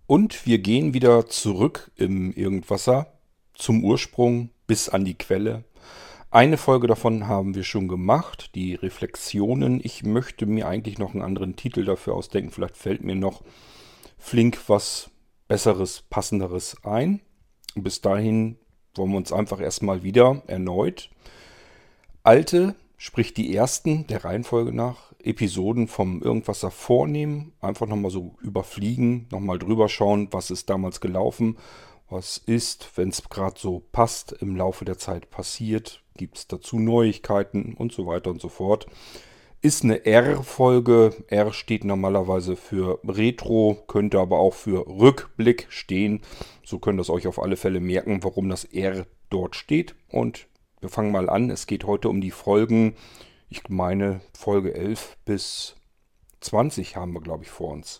Und wir gehen wieder zurück im Irgendwasser zum Ursprung bis an die Quelle. Eine Folge davon haben wir schon gemacht, die Reflexionen. Ich möchte mir eigentlich noch einen anderen Titel dafür ausdenken. Vielleicht fällt mir noch flink was Besseres, Passenderes ein. Bis dahin wollen wir uns einfach erstmal wieder erneut alte, sprich die ersten der Reihenfolge nach, Episoden vom Irgendwasser vornehmen. Einfach nochmal so überfliegen, nochmal drüber schauen, was ist damals gelaufen, was ist, wenn es gerade so passt, im Laufe der Zeit passiert, gibt es dazu Neuigkeiten und so weiter und so fort. Ist eine R-Folge. R steht normalerweise für Retro, könnte aber auch für Rückblick stehen. So könnt ihr es euch auf alle Fälle merken, warum das R dort steht. Und wir fangen mal an. Es geht heute um die Folgen, ich meine Folge 11 bis 20 haben wir, glaube ich, vor uns.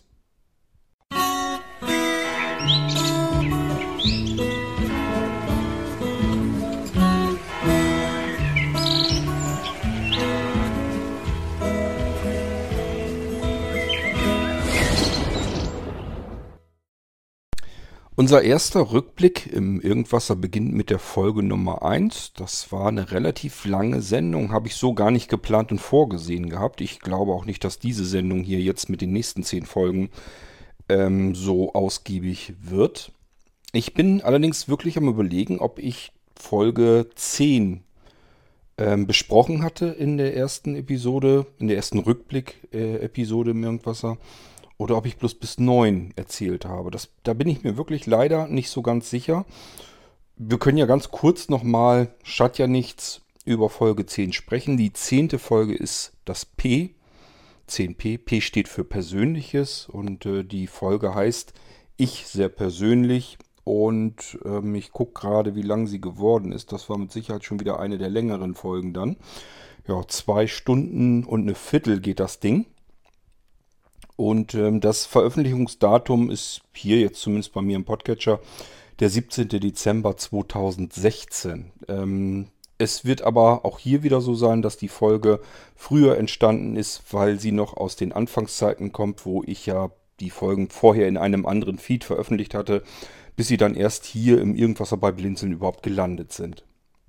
Unser erster Rückblick im Irgendwasser beginnt mit der Folge Nummer 1. Das war eine relativ lange Sendung, habe ich so gar nicht geplant und vorgesehen gehabt. Ich glaube auch nicht, dass diese Sendung hier jetzt mit den nächsten 10 Folgen so ausgiebig wird. Ich bin allerdings wirklich am Überlegen, ob ich Folge 10 besprochen hatte in der ersten Episode, in der ersten Rückblick-Episode im Irgendwasser. Oder ob ich bloß bis 9 erzählt habe. Da bin ich mir wirklich leider nicht so ganz sicher. Wir können ja ganz kurz nochmal, statt ja nichts, über Folge 10 sprechen. Die 10. Folge ist das P. 10P. P steht für Persönliches und die Folge heißt Ich sehr persönlich. Und ich gucke gerade, wie lang sie geworden ist. Das war mit Sicherheit schon wieder eine der längeren Folgen dann. Ja, 2 Stunden und eine Viertel geht das Ding. Und das Veröffentlichungsdatum ist hier jetzt zumindest bei mir im Podcatcher der 17. Dezember 2016. Es wird aber auch hier wieder so sein, dass die Folge früher entstanden ist, weil sie noch aus den Anfangszeiten kommt, wo ich ja die Folgen vorher in einem anderen Feed veröffentlicht hatte, bis sie dann erst hier im Irgendwasser bei Blinzeln überhaupt gelandet sind.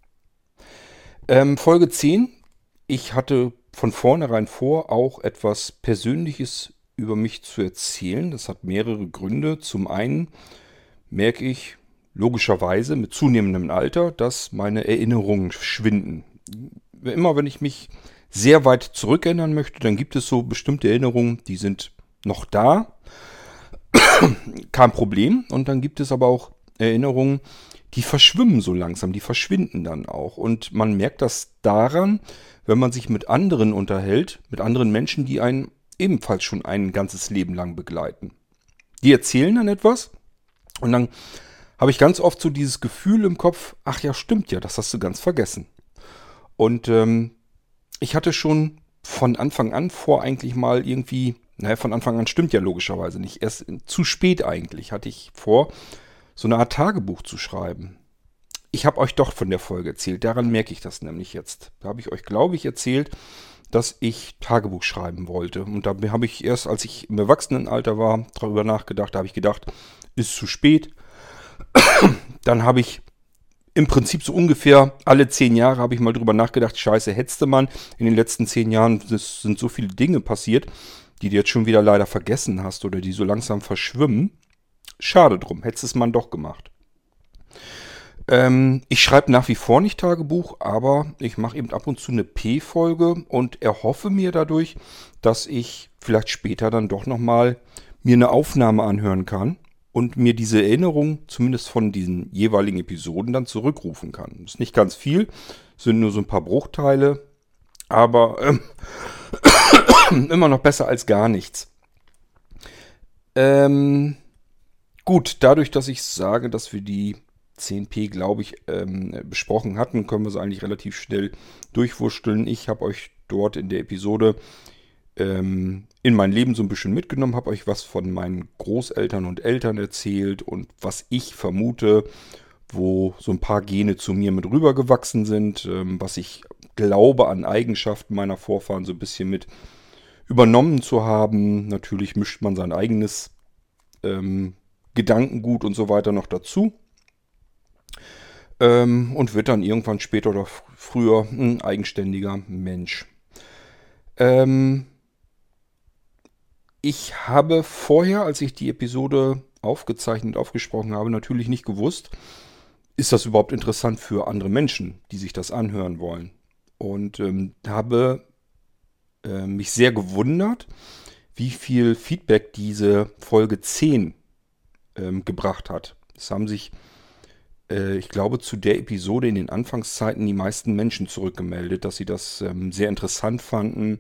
Folge 10. Ich hatte von vornherein vor, auch etwas Persönliches über mich zu erzählen. Das hat mehrere Gründe. Zum einen merke ich logischerweise mit zunehmendem Alter, dass meine Erinnerungen schwinden. Immer wenn ich mich sehr weit zurückerinnern möchte, dann gibt es so bestimmte Erinnerungen, die sind noch da. Kein Problem. Und dann gibt es aber auch Erinnerungen, die verschwimmen so langsam, die verschwinden dann auch. Und man merkt das daran, wenn man sich mit anderen unterhält, mit anderen Menschen, die einen ebenfalls schon ein ganzes Leben lang begleiten. Die erzählen dann etwas und dann habe ich ganz oft so dieses Gefühl im Kopf, ach ja, stimmt ja, das hast du ganz vergessen. Und ich hatte schon von Anfang an vor, eigentlich mal irgendwie, naja, von Anfang an stimmt ja logischerweise nicht, erst zu spät eigentlich hatte ich vor, so eine Art Tagebuch zu schreiben. Ich habe euch doch von der Folge erzählt, daran merke ich das nämlich jetzt. Da habe ich euch, glaube ich, erzählt, dass ich Tagebuch schreiben wollte. Und da habe ich erst, als ich im Erwachsenenalter war, darüber nachgedacht. Da habe ich gedacht, ist zu spät. Dann habe ich im Prinzip so ungefähr alle 10 Jahre habe ich mal drüber nachgedacht, scheiße, hättest du man. In den letzten 10 Jahren sind so viele Dinge passiert, die du jetzt schon wieder leider vergessen hast oder die so langsam verschwimmen. Schade drum, hättest es man doch gemacht. Ich schreibe nach wie vor nicht Tagebuch, aber ich mache eben ab und zu eine P-Folge und erhoffe mir dadurch, dass ich vielleicht später dann doch nochmal mir eine Aufnahme anhören kann und mir diese Erinnerung zumindest von diesen jeweiligen Episoden dann zurückrufen kann. Ist nicht ganz viel, sind nur so ein paar Bruchteile, aber immer noch besser als gar nichts. Gut, dadurch, dass ich sage, dass wir die 10p, glaube ich, besprochen hatten, können wir sie eigentlich relativ schnell durchwursteln. Ich habe euch dort in der Episode in mein Leben so ein bisschen mitgenommen, habe euch was von meinen Großeltern und Eltern erzählt und was ich vermute, wo so ein paar Gene zu mir mit rübergewachsen sind, was ich glaube an Eigenschaften meiner Vorfahren so ein bisschen mit übernommen zu haben. Natürlich mischt man sein eigenes Gedankengut und so weiter noch dazu. Und wird dann irgendwann später oder früher ein eigenständiger Mensch. Ich habe vorher, als ich die Episode aufgezeichnet, aufgesprochen habe, natürlich nicht gewusst, ist das überhaupt interessant für andere Menschen, die sich das anhören wollen. Und habe mich sehr gewundert, wie viel Feedback diese Folge 10 gebracht hat. Es haben sich, ich glaube, zu der Episode in den Anfangszeiten die meisten Menschen zurückgemeldet, dass sie das sehr interessant fanden,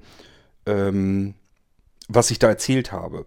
was ich da erzählt habe.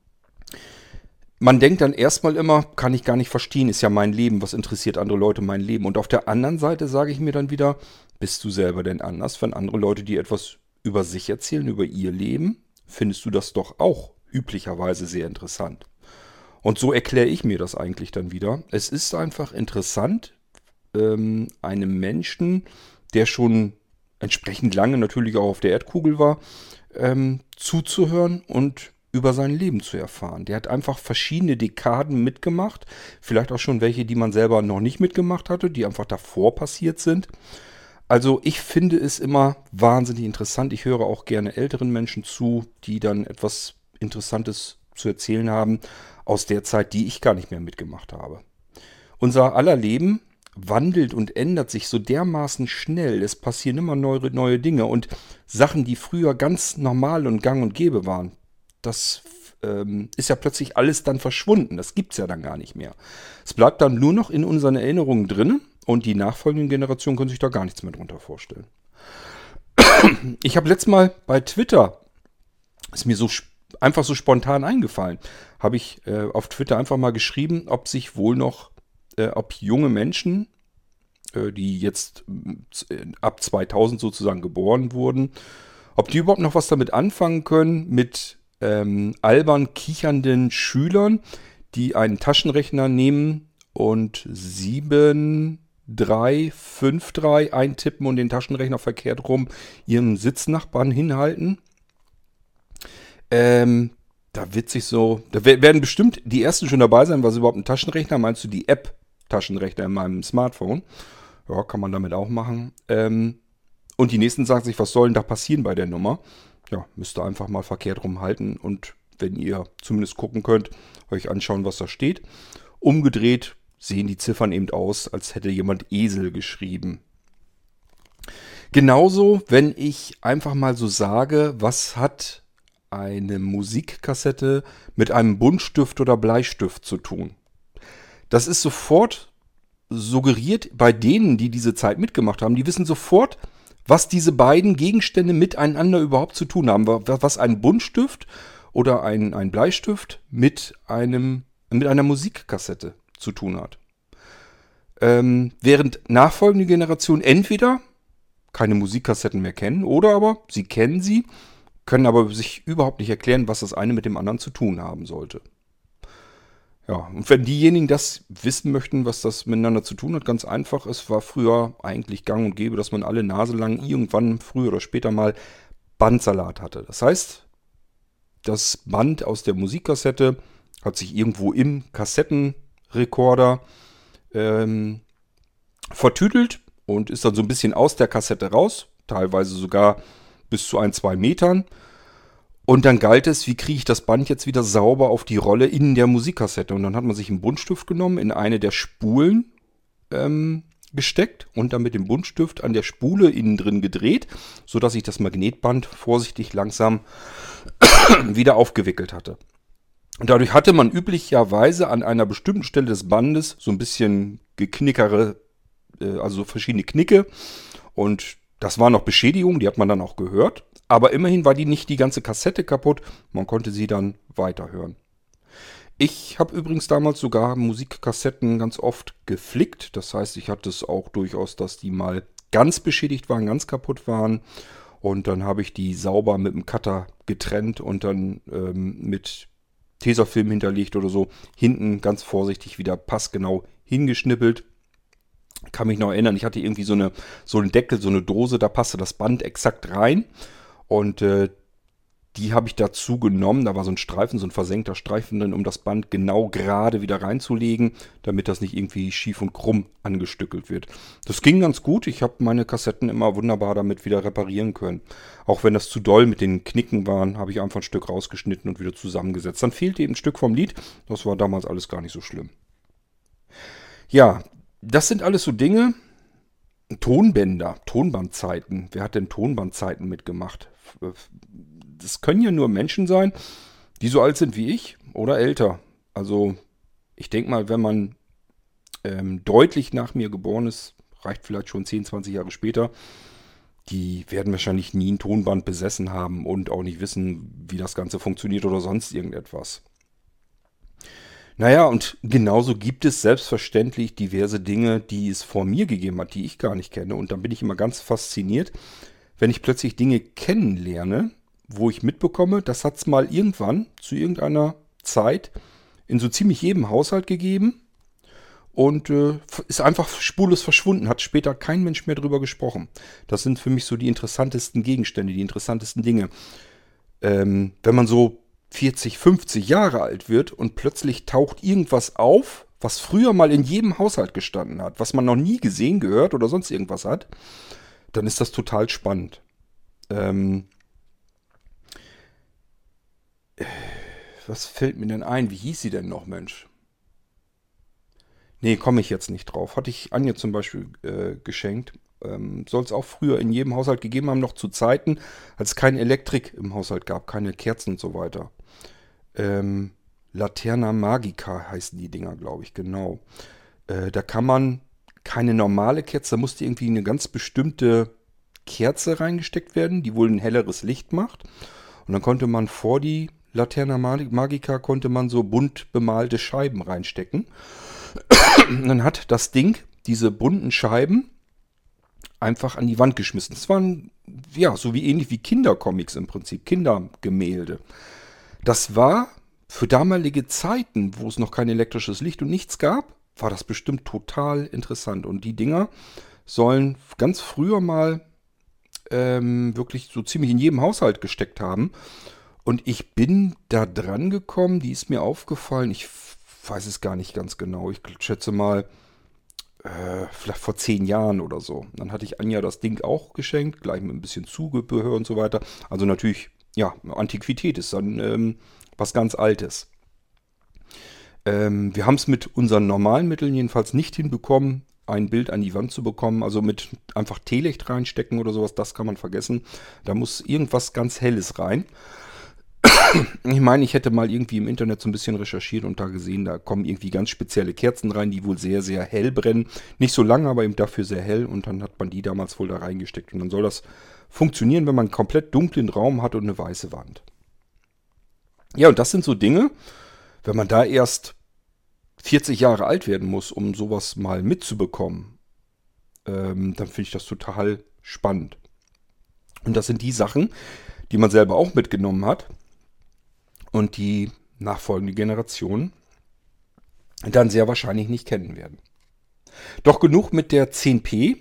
Man denkt dann erstmal immer, kann ich gar nicht verstehen, ist ja mein Leben, was interessiert andere Leute mein Leben? Und auf der anderen Seite sage ich mir dann wieder, bist du selber denn anders, wenn andere Leute dir etwas über sich erzählen, über ihr Leben? Findest du das doch auch üblicherweise sehr interessant. Und so erkläre ich mir das eigentlich dann wieder. Es ist einfach interessant, einem Menschen, der schon entsprechend lange natürlich auch auf der Erdkugel war, zuzuhören und über sein Leben zu erfahren. Der hat einfach verschiedene Dekaden mitgemacht, vielleicht auch schon welche, die man selber noch nicht mitgemacht hatte, die einfach davor passiert sind. Also ich finde es immer wahnsinnig interessant. Ich höre auch gerne älteren Menschen zu, die dann etwas Interessantes zu erzählen haben aus der Zeit, die ich gar nicht mehr mitgemacht habe. Unser aller Leben wandelt und ändert sich so dermaßen schnell. Es passieren immer neue Dinge und Sachen, die früher ganz normal und gang und gäbe waren. Das ist ja plötzlich alles dann verschwunden. Das gibt es ja dann gar nicht mehr. Es bleibt dann nur noch in unseren Erinnerungen drin und die nachfolgenden Generationen können sich da gar nichts mehr drunter vorstellen. Ich habe letztes Mal bei Twitter, ist mir so einfach so spontan eingefallen, habe ich auf Twitter einfach mal geschrieben, ob sich wohl noch, ob junge Menschen, die jetzt ab 2000 sozusagen geboren wurden, ob die überhaupt noch was damit anfangen können mit albern kichernden Schülern, die einen Taschenrechner nehmen und 7353 eintippen und den Taschenrechner verkehrt rum ihrem Sitznachbarn hinhalten. Da wird sich so, da werden bestimmt die ersten schon dabei sein, was überhaupt ein Taschenrechner, meinst du die App Taschenrechner in meinem Smartphone? Ja, kann man damit auch machen. Und die nächsten sagen sich, was soll denn da passieren bei der Nummer? Ja, müsst ihr einfach mal verkehrt rumhalten und wenn ihr zumindest gucken könnt, euch anschauen, was da steht. Umgedreht sehen die Ziffern eben aus, als hätte jemand Esel geschrieben. Genauso, wenn ich einfach mal so sage, was hat eine Musikkassette mit einem Buntstift oder Bleistift zu tun? Das ist sofort suggeriert bei denen, die diese Zeit mitgemacht haben. Die wissen sofort, was diese beiden Gegenstände miteinander überhaupt zu tun haben. Was ein Buntstift oder ein Bleistift mit einer Musikkassette zu tun hat. Während nachfolgende Generationen entweder keine Musikkassetten mehr kennen oder aber sie kennen sie, können aber sich überhaupt nicht erklären, was das eine mit dem anderen zu tun haben sollte. Ja, und wenn diejenigen das wissen möchten, was das miteinander zu tun hat, ganz einfach, es war früher eigentlich gang und gäbe, dass man alle Nase lang irgendwann früher oder später mal Bandsalat hatte. Das heißt, das Band aus der Musikkassette hat sich irgendwo im Kassettenrekorder vertütelt und ist dann so ein bisschen aus der Kassette raus, teilweise sogar bis zu 1-2 Metern. Und dann galt es, wie kriege ich das Band jetzt wieder sauber auf die Rolle in der Musikkassette. Und dann hat man sich einen Buntstift genommen, in eine der Spulen gesteckt und dann mit dem Buntstift an der Spule innen drin gedreht, sodass ich das Magnetband vorsichtig langsam wieder aufgewickelt hatte. Und dadurch hatte man üblicherweise an einer bestimmten Stelle des Bandes so ein bisschen geknickere, also verschiedene Knicke. Und das war noch Beschädigung, die hat man dann auch gehört. Aber immerhin war nicht die ganze Kassette kaputt. Man konnte sie dann weiterhören. Ich habe übrigens damals sogar Musikkassetten ganz oft geflickt. Das heißt, ich hatte es auch durchaus, dass die mal ganz beschädigt waren, ganz kaputt waren. Und dann habe ich die sauber mit dem Cutter getrennt und dann mit Tesafilm hinterlegt oder so. Hinten ganz vorsichtig wieder passgenau hingeschnippelt. Kann mich noch erinnern, ich hatte irgendwie so einen Deckel, so eine Dose, da passte das Band exakt rein. Und Die habe ich dazu genommen. Da war so ein Streifen, so ein versenkter Streifen drin, um das Band genau gerade wieder reinzulegen, damit das nicht irgendwie schief und krumm angestückelt wird. Das ging ganz gut. Ich habe meine Kassetten immer wunderbar damit wieder reparieren können. Auch wenn das zu doll mit den Knicken waren, habe ich einfach ein Stück rausgeschnitten und wieder zusammengesetzt. Dann fehlte eben ein Stück vom Lied. Das war damals alles gar nicht so schlimm. Ja, das sind alles so Dinge. Tonbänder, Tonbandzeiten. Wer hat denn Tonbandzeiten mitgemacht? Das können ja nur Menschen sein, die so alt sind wie ich oder älter. Also ich denke mal, wenn man deutlich nach mir geboren ist, reicht vielleicht schon 10, 20 Jahre später, die werden wahrscheinlich nie ein Tonband besessen haben und auch nicht wissen, wie das Ganze funktioniert oder sonst irgendetwas. Naja, und genauso gibt es selbstverständlich diverse Dinge, die es vor mir gegeben hat, die ich gar nicht kenne. Und dann bin ich immer ganz fasziniert, wenn ich plötzlich Dinge kennenlerne, wo ich mitbekomme, das hat es mal irgendwann zu irgendeiner Zeit in so ziemlich jedem Haushalt gegeben und ist einfach spurlos verschwunden, hat später kein Mensch mehr drüber gesprochen. Das sind für mich so die interessantesten Gegenstände, die interessantesten Dinge. Wenn man so 40, 50 Jahre alt wird und plötzlich taucht irgendwas auf, was früher mal in jedem Haushalt gestanden hat, was man noch nie gesehen, gehört oder sonst irgendwas hat, dann ist das total spannend. Ähm, Was fällt mir denn ein? Wie hieß sie denn noch, Mensch? Nee, komme ich jetzt nicht drauf. Hatte ich Anja zum Beispiel geschenkt. Soll es auch früher in jedem Haushalt gegeben haben, noch zu Zeiten, als es keine Elektrik im Haushalt gab, keine Kerzen und so weiter. Ähm, Laterna Magica heißen die Dinger, glaube ich, genau. Da kann man keine normale Kerze, da musste irgendwie eine ganz bestimmte Kerze reingesteckt werden, die wohl ein helleres Licht macht. Und dann konnte man vor die Laterna Magica konnte man so bunt bemalte Scheiben reinstecken. Und dann hat das Ding diese bunten Scheiben einfach an die Wand geschmissen. Das waren, ja, so wie ähnlich wie Kindercomics im Prinzip, Kindergemälde. Das war für damalige Zeiten, wo es noch kein elektrisches Licht und nichts gab, war das bestimmt total interessant. Und die Dinger sollen ganz früher mal wirklich so ziemlich in jedem Haushalt gesteckt haben. Und ich bin da dran gekommen, die ist mir aufgefallen, ich weiß es gar nicht ganz genau, ich schätze mal, vielleicht vor 10 Jahren oder so. Dann hatte ich Anja das Ding auch geschenkt, gleich mit ein bisschen Zubehör und so weiter. Also natürlich, ja, Antiquität ist dann was ganz Altes. Wir haben es mit unseren normalen Mitteln jedenfalls nicht hinbekommen, ein Bild an die Wand zu bekommen. Also mit einfach Teelicht reinstecken oder sowas, das kann man vergessen. Da muss irgendwas ganz Helles rein. Ich meine, ich hätte mal irgendwie im Internet so ein bisschen recherchiert und da gesehen, da kommen irgendwie ganz spezielle Kerzen rein, die wohl sehr, sehr hell brennen. Nicht so lange, aber eben dafür sehr hell. Und dann hat man die damals wohl da reingesteckt. Und dann soll das funktionieren, wenn man einen komplett dunklen Raum hat und eine weiße Wand. Ja, und das sind so Dinge, wenn man da erst 40 Jahre alt werden muss, um sowas mal mitzubekommen, dann finde ich das total spannend. Und das sind die Sachen, die man selber auch mitgenommen hat und die nachfolgende Generationen dann sehr wahrscheinlich nicht kennen werden. Doch genug mit der 10p.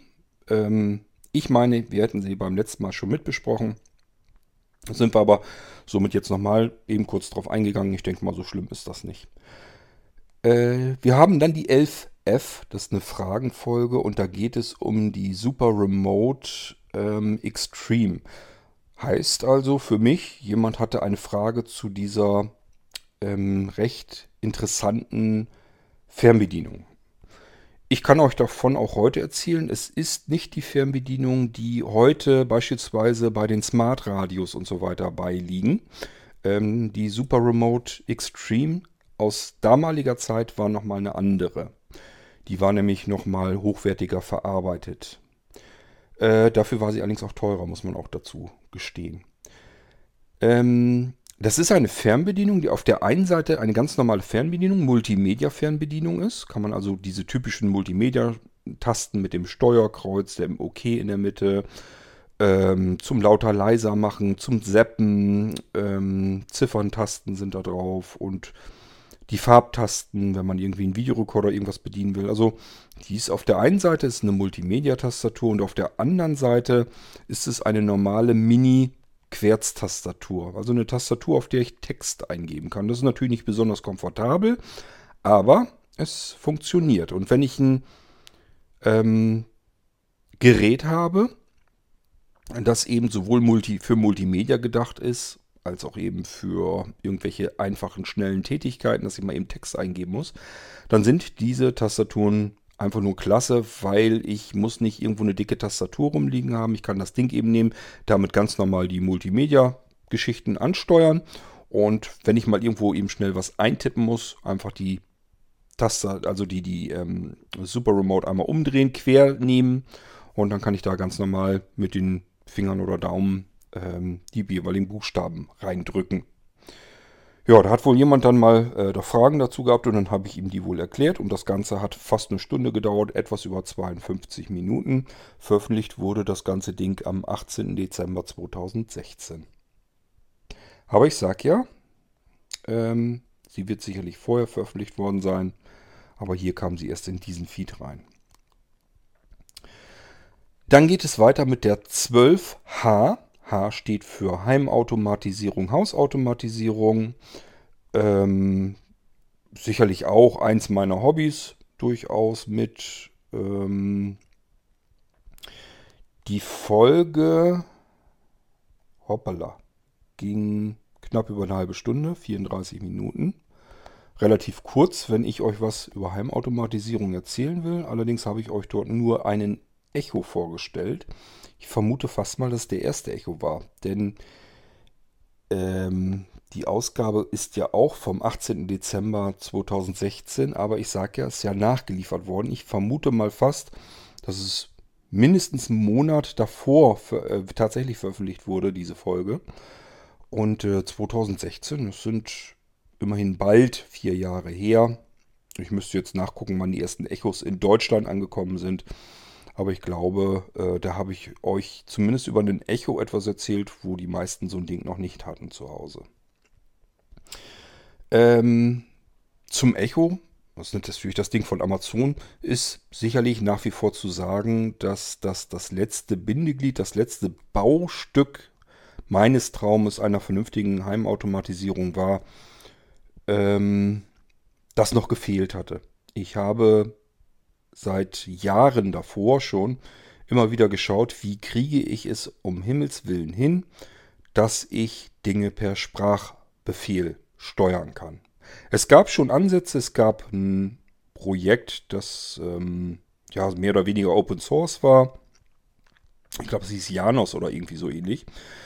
Ich meine, wir hätten sie beim letzten Mal schon mitbesprochen. Sind wir aber somit jetzt nochmal eben kurz drauf eingegangen. Ich denke mal, so schlimm ist das nicht. Wir haben dann die 11F, das ist eine Fragenfolge und da geht es um die Super Remote Extreme. Heißt also für mich, jemand hatte eine Frage zu dieser recht interessanten Fernbedienung. Ich kann euch davon auch heute erzählen, es ist nicht die Fernbedienung, die heute beispielsweise bei den Smart Radios und so weiter beiliegen. Die Super Remote Extreme aus damaliger Zeit war nochmal eine andere. Die war nämlich nochmal hochwertiger verarbeitet. Dafür war sie allerdings auch teurer, muss man auch dazu gestehen. Das ist eine Fernbedienung, die auf der einen Seite eine ganz normale Fernbedienung, Multimedia-Fernbedienung ist. Kann man also diese typischen Multimedia-Tasten mit dem Steuerkreuz, dem OK in der Mitte, zum lauter leiser machen, zum Zappen, Zifferntasten sind da drauf und die Farbtasten, wenn man irgendwie einen Videorekorder irgendwas bedienen will. Also die ist auf der einen Seite ist eine Multimedia-Tastatur und auf der anderen Seite ist es eine normale Querztastatur. Also eine Tastatur, auf der ich Text eingeben kann. Das ist natürlich nicht besonders komfortabel, aber es funktioniert. Und wenn ich ein ähm, Gerät habe, das eben sowohl für Multimedia gedacht ist, als auch eben für irgendwelche einfachen, schnellen Tätigkeiten, dass ich mal eben Text eingeben muss, dann sind diese Tastaturen einfach nur klasse, weil ich muss nicht irgendwo eine dicke Tastatur rumliegen haben. Ich kann das Ding eben nehmen, damit ganz normal die Multimedia-Geschichten ansteuern. Und wenn ich mal irgendwo eben schnell was eintippen muss, einfach die Taste, also die Super Remote einmal umdrehen, quer nehmen und dann kann ich da ganz normal mit den Fingern oder Daumen die jeweiligen Buchstaben reindrücken. Ja, da hat wohl jemand dann mal da Fragen dazu gehabt und dann habe ich ihm die wohl erklärt und das Ganze hat fast eine Stunde gedauert, etwas über 52 Minuten. Veröffentlicht wurde das ganze Ding am 18. Dezember 2016. Aber ich sag ja, sie wird sicherlich vorher veröffentlicht worden sein, aber hier kam sie erst in diesen Feed rein. Dann geht es weiter mit der 12H. H steht für Heimautomatisierung, Hausautomatisierung. Sicherlich auch eins meiner Hobbys durchaus mit. Die Folge, hoppala, ging knapp über eine halbe Stunde, 34 Minuten. Relativ kurz, wenn ich euch was über Heimautomatisierung erzählen will. Allerdings habe ich euch dort nur einen Echo vorgestellt. Ich vermute fast mal, dass es der erste Echo war. Denn die Ausgabe ist ja auch vom 18. Dezember 2016. Aber ich sage ja, es ist ja nachgeliefert worden. Ich vermute mal fast, dass es mindestens einen Monat davor tatsächlich veröffentlicht wurde, diese Folge. Und 2016, das sind immerhin bald 4 Jahre her. Ich müsste jetzt nachgucken, wann die ersten Echos in Deutschland angekommen sind. Aber ich glaube, da habe ich euch zumindest über einen Echo etwas erzählt, wo die meisten so ein Ding noch nicht hatten zu Hause. Zum Echo, das ist natürlich das Ding von Amazon, ist sicherlich nach wie vor zu sagen, dass das letzte Bindeglied, das letzte Baustück meines Traumes einer vernünftigen Heimautomatisierung war, das noch gefehlt hatte. Ich habe seit Jahren davor schon immer wieder geschaut, wie kriege ich es um Himmels Willen hin, dass ich Dinge per Sprachbefehl steuern kann. Es gab schon Ansätze, es gab ein Projekt, das ja mehr oder weniger Open Source war. Ich glaube, es hieß Janos oder irgendwie so ähnlich.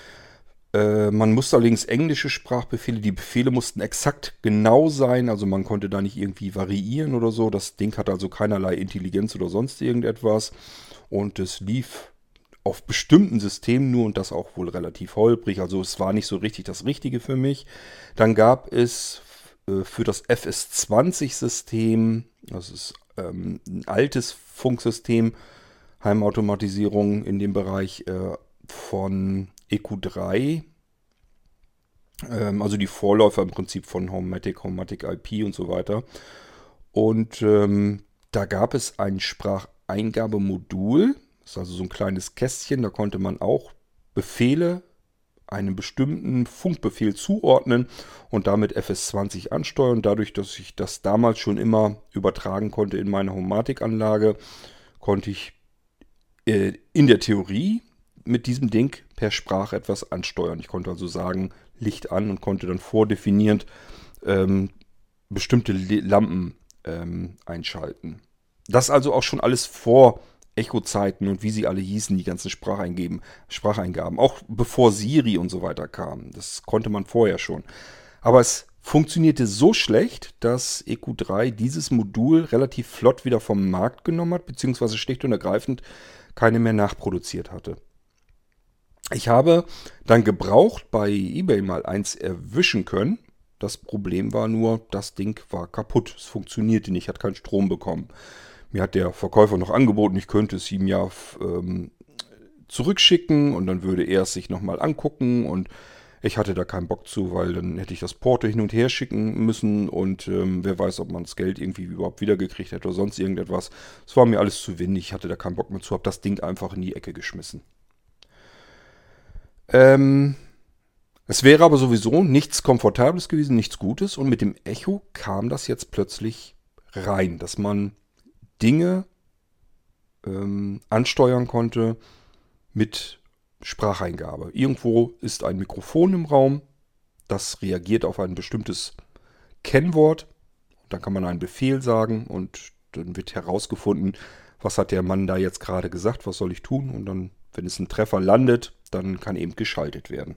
Man musste allerdings englische Sprachbefehle, die Befehle mussten exakt genau sein, also man konnte da nicht irgendwie variieren oder so. Das Ding hatte also keinerlei Intelligenz oder sonst irgendetwas und es lief auf bestimmten Systemen nur und das auch wohl relativ holprig, also es war nicht so richtig das Richtige für mich. Dann gab es für das FS20-System, das ist ein altes Funksystem, Heimautomatisierung in dem Bereich von EQ3, also die Vorläufer im Prinzip von Homematic, Homematic IP und so weiter. Und da gab es ein Spracheingabemodul, das ist also so ein kleines Kästchen, da konnte man auch Befehle einem bestimmten Funkbefehl zuordnen und damit FS20 ansteuern. Dadurch, dass ich das damals schon immer übertragen konnte in meine Homematic-Anlage, konnte ich in der Theorie mit diesem Ding per Sprache etwas ansteuern. Ich konnte also sagen, Licht an und konnte dann vordefinierend bestimmte Lampen einschalten. Das also auch schon alles vor Echo-Zeiten und wie sie alle hießen, die ganzen Spracheingaben. Auch bevor Siri und so weiter kam. Das konnte man vorher schon. Aber es funktionierte so schlecht, dass EQ3 dieses Modul relativ flott wieder vom Markt genommen hat, beziehungsweise schlicht und ergreifend keine mehr nachproduziert hatte. Ich habe dann gebraucht bei eBay mal eins erwischen können. Das Problem war nur, das Ding war kaputt. Es funktionierte nicht, hat keinen Strom bekommen. Mir hat der Verkäufer noch angeboten, ich könnte es ihm ja zurückschicken und dann würde er es sich nochmal angucken und ich hatte da keinen Bock zu, weil dann hätte ich das Porto hin und her schicken müssen und wer weiß, ob man das Geld irgendwie überhaupt wiedergekriegt hätte oder sonst irgendetwas. Es war mir alles zu windig, ich hatte da keinen Bock mehr zu, habe das Ding einfach in die Ecke geschmissen. Es wäre aber sowieso nichts Komfortables gewesen, nichts Gutes. Und mit dem Echo kam das jetzt plötzlich rein, dass man Dinge ansteuern konnte mit Spracheingabe. Irgendwo ist ein Mikrofon im Raum, das reagiert auf ein bestimmtes Kennwort. Dann kann man einen Befehl sagen und dann wird herausgefunden, was hat der Mann da jetzt gerade gesagt, was soll ich tun? Und dann, wenn es ein Treffer landet, dann kann eben geschaltet werden.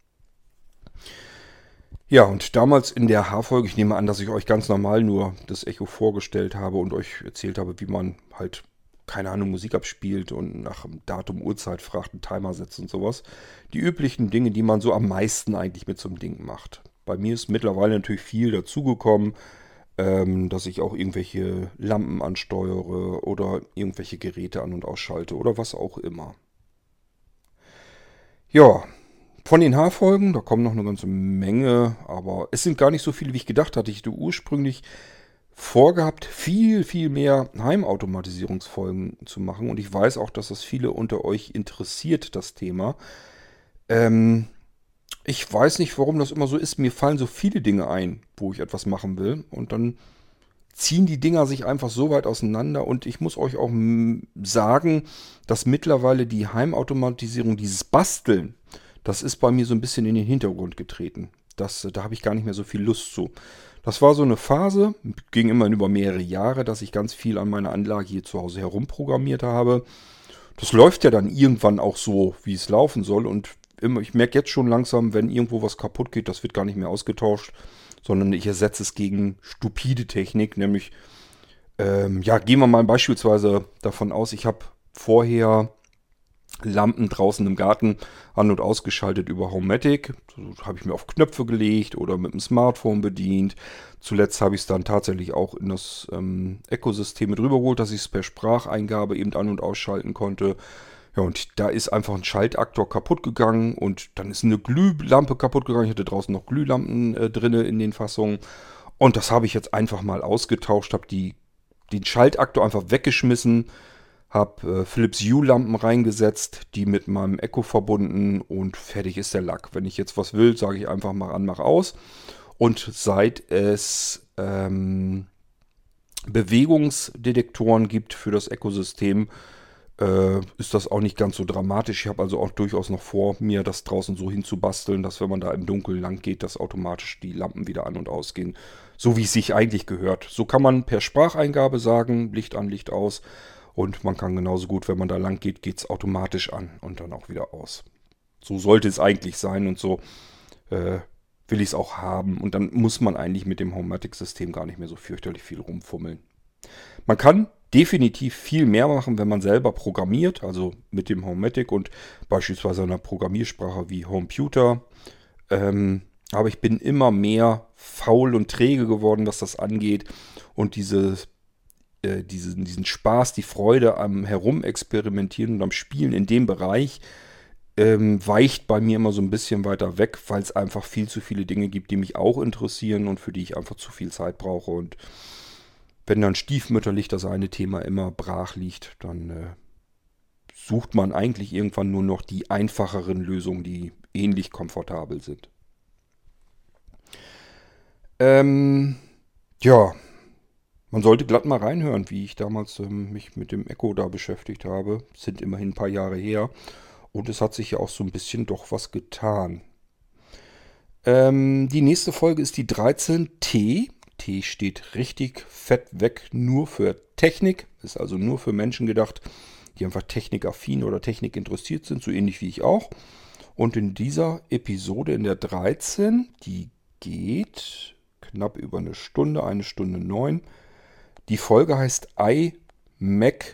Ja, und damals in der H-Folge, ich nehme an, dass ich euch ganz normal nur das Echo vorgestellt habe und euch erzählt habe, wie man halt, keine Ahnung, Musik abspielt und nach dem Datum, Uhrzeit fragt, einen Timer setzt und sowas. Die üblichen Dinge, die man so am meisten eigentlich mit so einem Ding macht. Bei mir ist mittlerweile natürlich viel dazugekommen, dass ich auch irgendwelche Lampen ansteuere oder irgendwelche Geräte an- und ausschalte oder was auch immer. Ja, von den Haarfolgen, da kommen noch eine ganze Menge, aber es sind gar nicht so viele, wie ich gedacht hatte. Ich hatte ursprünglich vorgehabt, viel, viel mehr Heimautomatisierungsfolgen zu machen. Und ich weiß auch, dass das viele unter euch interessiert, das Thema. Ähm, Ich weiß nicht, warum das immer so ist. Mir fallen so viele Dinge ein, wo ich etwas machen will. Und dann ziehen die Dinger sich einfach so weit auseinander. Und ich muss euch auch sagen, dass mittlerweile die Heimautomatisierung, dieses Basteln, das ist bei mir so ein bisschen in den Hintergrund getreten. Da habe ich gar nicht mehr so viel Lust zu. Das war so eine Phase, ging immer über mehrere Jahre, dass ich ganz viel an meiner Anlage hier zu Hause herumprogrammiert habe. Das läuft ja dann irgendwann auch so, wie es laufen soll. Und ich merke jetzt schon langsam, wenn irgendwo was kaputt geht, das wird gar nicht mehr ausgetauscht, sondern ich ersetze es gegen stupide Technik. Nämlich, ja, gehen wir mal beispielsweise davon aus, ich habe vorher Lampen draußen im Garten an- und ausgeschaltet über Homematic. So habe ich mir auf Knöpfe gelegt oder mit dem Smartphone bedient. Zuletzt habe ich es dann tatsächlich auch in das Echo-System mit rübergeholt, dass ich es per Spracheingabe eben an- und ausschalten konnte. Ja, und da ist einfach ein Schaltaktor kaputt gegangen und dann ist eine Glühlampe kaputt gegangen. Ich hatte draußen noch Glühlampen drinne in den Fassungen. Und das habe ich jetzt einfach mal ausgetauscht, habe den Schaltaktor einfach weggeschmissen, habe Philips Hue-Lampen reingesetzt, die mit meinem Echo verbunden und fertig ist der Lack. Wenn ich jetzt was will, sage ich einfach mach an, mach aus. Und seit es Bewegungsdetektoren gibt für das Echo-System, ist das auch nicht ganz so dramatisch. Ich habe also auch durchaus noch vor, mir das draußen so hinzubasteln, dass wenn man da im Dunkeln lang geht, dass automatisch die Lampen wieder an und ausgehen. So wie es sich eigentlich gehört. So kann man per Spracheingabe sagen, Licht an, Licht aus. Und man kann genauso gut, wenn man da lang geht, geht es automatisch an und dann auch wieder aus. So sollte es eigentlich sein und so äh, will ich es auch haben. Und dann muss man eigentlich mit dem Homematic-System gar nicht mehr so fürchterlich viel rumfummeln. Man kann definitiv viel mehr machen, wenn man selber programmiert, also mit dem Homematic und beispielsweise einer Programmiersprache wie Homeputer. Aber ich bin immer mehr faul und träge geworden, was das angeht. Und diesen Spaß, die Freude am Herumexperimentieren und am Spielen in dem Bereich weicht bei mir immer so ein bisschen weiter weg, weil es einfach viel zu viele Dinge gibt, die mich auch interessieren und für die ich einfach zu viel Zeit brauche. Und wenn dann stiefmütterlich das eine Thema immer brach liegt, dann sucht man eigentlich irgendwann nur noch die einfacheren Lösungen, die ähnlich komfortabel sind. Ja, man sollte glatt mal reinhören, wie ich damals mich mit dem Echo da beschäftigt habe. Sind immerhin ein paar Jahre her. Und es hat sich ja auch so ein bisschen doch was getan. Die nächste Folge ist die 13T. T steht richtig fett weg nur für Technik. Ist also nur für Menschen gedacht, die einfach technikaffin oder technikinteressiert sind, so ähnlich wie ich auch. Und in dieser Episode, in der 13, die geht knapp über eine Stunde 9. Die Folge heißt iMac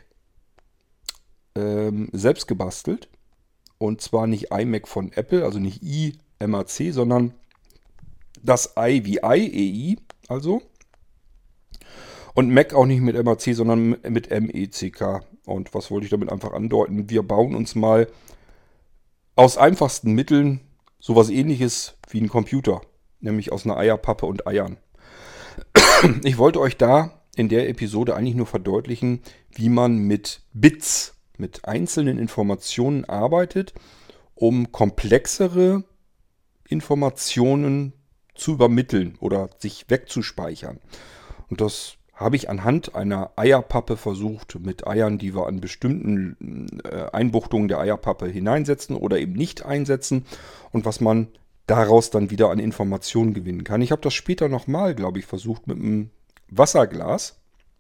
selbst gebastelt. Und zwar nicht iMac von Apple, also nicht iMac, sondern das I wie EI, also. Und Mac auch nicht mit MAC, sondern mit MECK. Und was wollte ich damit einfach andeuten? Wir bauen uns mal aus einfachsten Mitteln sowas ähnliches wie ein Computer. Nämlich aus einer Eierpappe und Eiern. Ich wollte euch da in der Episode eigentlich nur verdeutlichen, wie man mit Bits, mit einzelnen Informationen arbeitet, um komplexere Informationen zu übermitteln oder sich wegzuspeichern. Und das habe ich anhand einer Eierpappe versucht, mit Eiern, die wir an bestimmten Einbuchtungen der Eierpappe hineinsetzen oder eben nicht einsetzen und was man daraus dann wieder an Informationen gewinnen kann. Ich habe das später nochmal, glaube ich, versucht mit einem Wasserglas.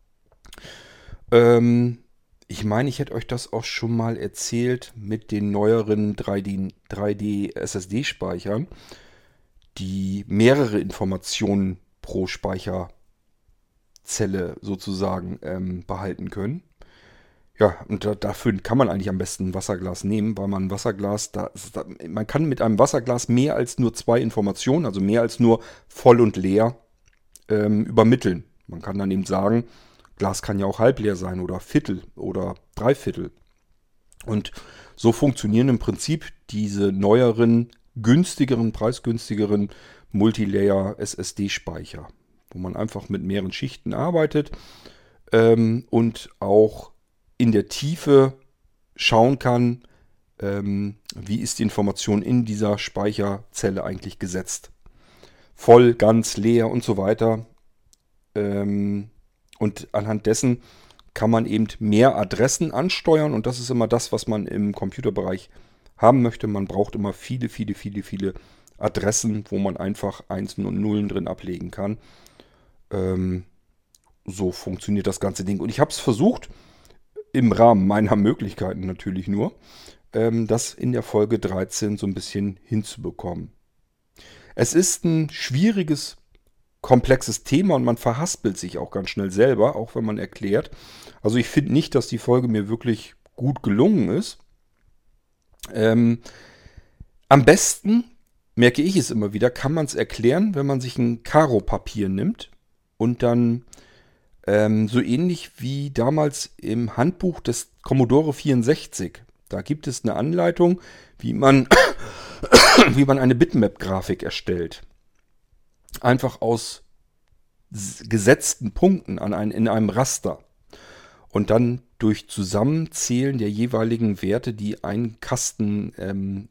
Ich meine, ich hätte euch das auch schon mal erzählt mit den neueren 3D SSD-Speichern, die mehrere Informationen pro Speicherzelle sozusagen behalten können. Ja, und dafür kann man eigentlich am besten ein Wasserglas nehmen, weil man ein Wasserglas, man kann mit einem Wasserglas mehr als nur zwei Informationen, also mehr als nur voll und leer, übermitteln. Man kann dann eben sagen, Glas kann ja auch halb leer sein oder Viertel oder Dreiviertel. Und so funktionieren im Prinzip diese neueren, preisgünstigeren Multilayer SSD-Speicher, wo man einfach mit mehreren Schichten arbeitet und auch in der Tiefe schauen kann, wie ist die Information in dieser Speicherzelle eigentlich gesetzt. Voll, ganz, leer und so weiter. Und anhand dessen kann man eben mehr Adressen ansteuern. Und das ist immer das, was man im Computerbereich haben möchte. Man braucht immer viele Adressen, wo man einfach Einsen und Nullen drin ablegen kann. So funktioniert das ganze Ding. Und ich habe es versucht, im Rahmen meiner Möglichkeiten natürlich nur, das in der Folge 13 so ein bisschen hinzubekommen. Es ist ein schwieriges, komplexes Thema und man verhaspelt sich auch ganz schnell selber, auch wenn man erklärt. Also ich finde nicht, dass die Folge mir wirklich gut gelungen ist. Am besten, merke ich es immer wieder, kann man es erklären, wenn man sich ein Karo-Papier nimmt und dann so ähnlich wie damals im Handbuch des Commodore 64. Da gibt es eine Anleitung, wie man eine Bitmap-Grafik erstellt. Einfach aus gesetzten Punkten in einem Raster. Und dann durch Zusammenzählen der jeweiligen Werte, die ein Kasten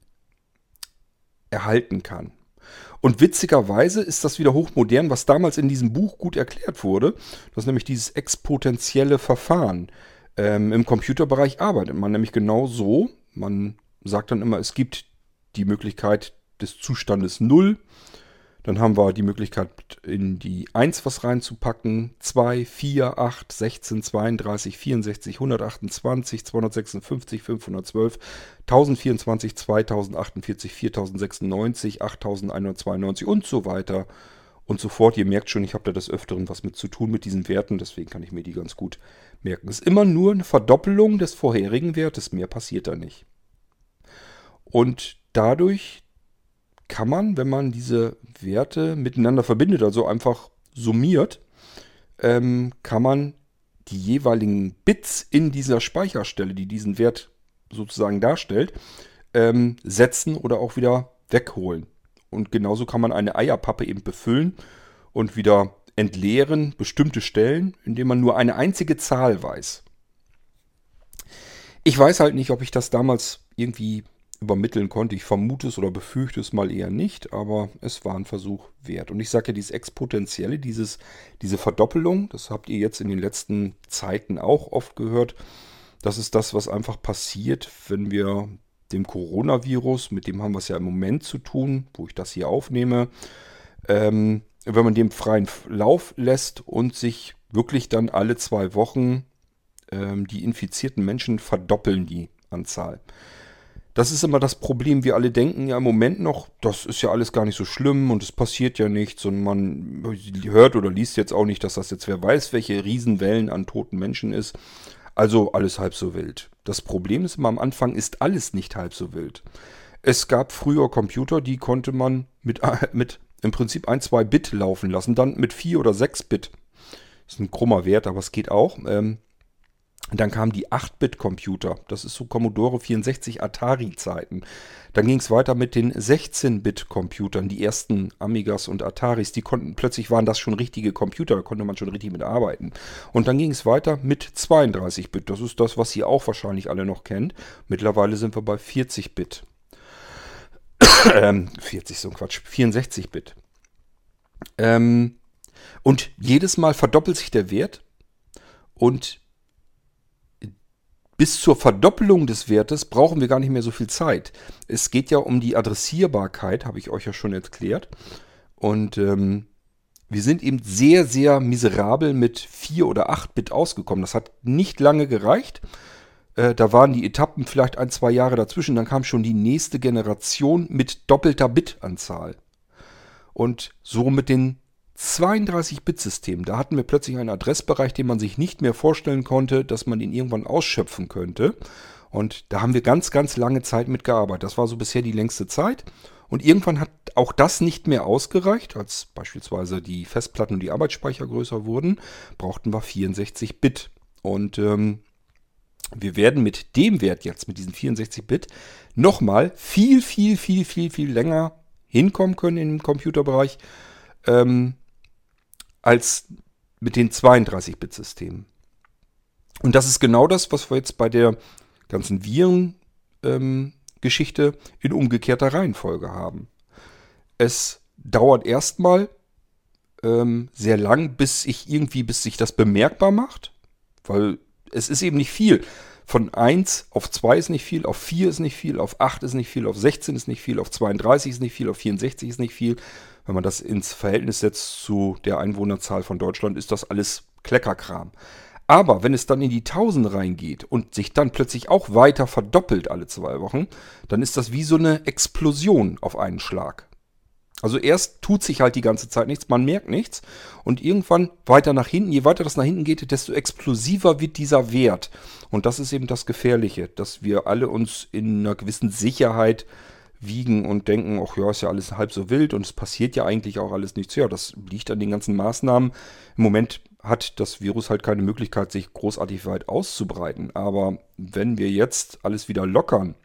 erhalten kann. Und witzigerweise ist das wieder hochmodern, was damals in diesem Buch gut erklärt wurde. Das ist nämlich dieses exponentielle Verfahren. Im Computerbereich arbeitet man nämlich genau so. Man sagt dann immer, es gibt die Möglichkeit des Zustandes 0. Dann haben wir die Möglichkeit, in die 1 was reinzupacken. 2, 4, 8, 16, 32, 64, 128, 256, 512, 1024, 2048, 4096, 8192 und so weiter und so fort. Ihr merkt schon, ich habe da des Öfteren was mit zu tun mit diesen Werten, deswegen kann ich mir die ganz gut merken. Es ist immer nur eine Verdoppelung des vorherigen Wertes, mehr passiert da nicht. Und dadurch kann man, wenn man diese Werte miteinander verbindet, also einfach summiert, kann man die jeweiligen Bits in dieser Speicherstelle, die diesen Wert sozusagen darstellt, setzen oder auch wieder wegholen. Und genauso kann man eine Eierpappe eben befüllen und wieder entleeren, bestimmte Stellen, indem man nur eine einzige Zahl weiß. Ich weiß halt nicht, ob ich das damals irgendwie übermitteln konnte. Ich vermute es oder befürchte es mal eher nicht, aber es war ein Versuch wert. Und ich sage ja, dieses Exponentielle, diese Verdoppelung, das habt ihr jetzt in den letzten Zeiten auch oft gehört. Das ist das, was einfach passiert, wenn wir dem Coronavirus, mit dem haben wir es ja im Moment zu tun, wo ich das hier aufnehme, wenn man dem freien Lauf lässt und sich wirklich dann alle 2 Wochen die infizierten Menschen verdoppeln, die Anzahl. Das ist immer das Problem. Wir alle denken ja im Moment noch, das ist ja alles gar nicht so schlimm und es passiert ja nichts und man hört oder liest jetzt auch nicht, dass das jetzt wer weiß, welche Riesenwellen an toten Menschen ist. Also alles halb so wild. Das Problem ist immer, am Anfang ist alles nicht halb so wild. Es gab früher Computer, die konnte man mit im Prinzip 1, 2 Bit laufen lassen, dann mit 4 oder 6 Bit. Das ist ein krummer Wert, aber es geht auch. Dann kamen die 8-Bit-Computer. Das ist so Commodore 64 Atari-Zeiten. Dann ging es weiter mit den 16-Bit-Computern. Die ersten Amigas und Ataris, plötzlich waren das schon richtige Computer, da konnte man schon richtig mit arbeiten. Und dann ging es weiter mit 32-Bit. Das ist das, was ihr auch wahrscheinlich alle noch kennt. Mittlerweile sind wir bei 40-Bit. 40, so ein Quatsch, 64-Bit. Und jedes Mal verdoppelt sich der Wert und bis zur Verdoppelung des Wertes brauchen wir gar nicht mehr so viel Zeit. Es geht ja um die Adressierbarkeit, habe ich euch ja schon erklärt. Und wir sind eben sehr, sehr miserabel mit 4 oder 8 Bit ausgekommen. Das hat nicht lange gereicht. Da waren die Etappen vielleicht 1, 2 Jahre dazwischen. Dann kam schon die nächste Generation mit doppelter Bitanzahl. Und so mit den 32-Bit-Systemen, da hatten wir plötzlich einen Adressbereich, den man sich nicht mehr vorstellen konnte, dass man ihn irgendwann ausschöpfen könnte. Und da haben wir ganz, ganz lange Zeit mitgearbeitet. Das war so bisher die längste Zeit. Und irgendwann hat auch das nicht mehr ausgereicht, als beispielsweise die Festplatten und die Arbeitsspeicher größer wurden, brauchten wir 64 Bit. Und wir werden mit dem Wert jetzt, mit diesen 64 Bit, nochmal viel, viel, viel, viel, viel länger hinkommen können im Computerbereich, als mit den 32-Bit-Systemen. Und das ist genau das, was wir jetzt bei der ganzen Viren-Geschichte in umgekehrter Reihenfolge haben. Es dauert erstmal sehr lang, bis sich das bemerkbar macht, weil es ist eben nicht viel. Von 1 auf 2 ist nicht viel, auf 4 ist nicht viel, auf 8 ist nicht viel, auf 16 ist nicht viel, auf 32 ist nicht viel, auf 64 ist nicht viel. Wenn man das ins Verhältnis setzt zu der Einwohnerzahl von Deutschland, ist das alles Kleckerkram. Aber wenn es dann in die Tausend reingeht und sich dann plötzlich auch weiter verdoppelt alle 2 Wochen, dann ist das wie so eine Explosion auf einen Schlag. Also erst tut sich halt die ganze Zeit nichts, man merkt nichts und irgendwann weiter nach hinten, je weiter das nach hinten geht, desto explosiver wird dieser Wert. Und das ist eben das Gefährliche, dass wir alle uns in einer gewissen Sicherheit wiegen und denken, ach ja, ist ja alles halb so wild und es passiert ja eigentlich auch alles nichts. Ja, das liegt an den ganzen Maßnahmen. Im Moment hat das Virus halt keine Möglichkeit, sich großartig weit auszubreiten. Aber wenn wir jetzt alles wieder lockern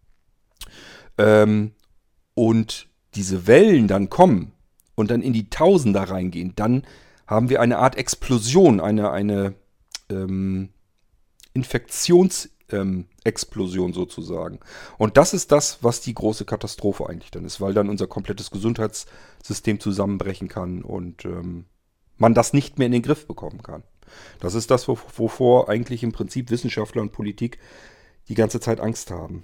und diese Wellen dann kommen und dann in die Tausender reingehen, dann haben wir eine Art Explosion, eine Infektionsexplosion sozusagen. Und das ist das, was die große Katastrophe eigentlich dann ist, weil dann unser komplettes Gesundheitssystem zusammenbrechen kann und man das nicht mehr in den Griff bekommen kann. Das ist das, wovor eigentlich im Prinzip Wissenschaftler und Politik die ganze Zeit Angst haben.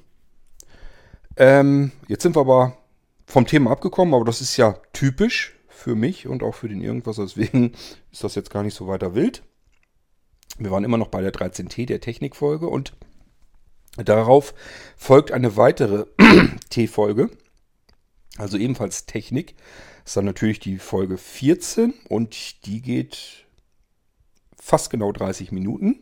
Jetzt sind wir aber vom Thema abgekommen, aber das ist ja typisch für mich und auch für den Irgendwas, deswegen ist das jetzt gar nicht so weiter wild. Wir waren immer noch bei der 13T, der Technikfolge, und darauf folgt eine weitere T-Folge, also ebenfalls Technik. Das ist dann natürlich die Folge 14 und die geht fast genau 30 Minuten.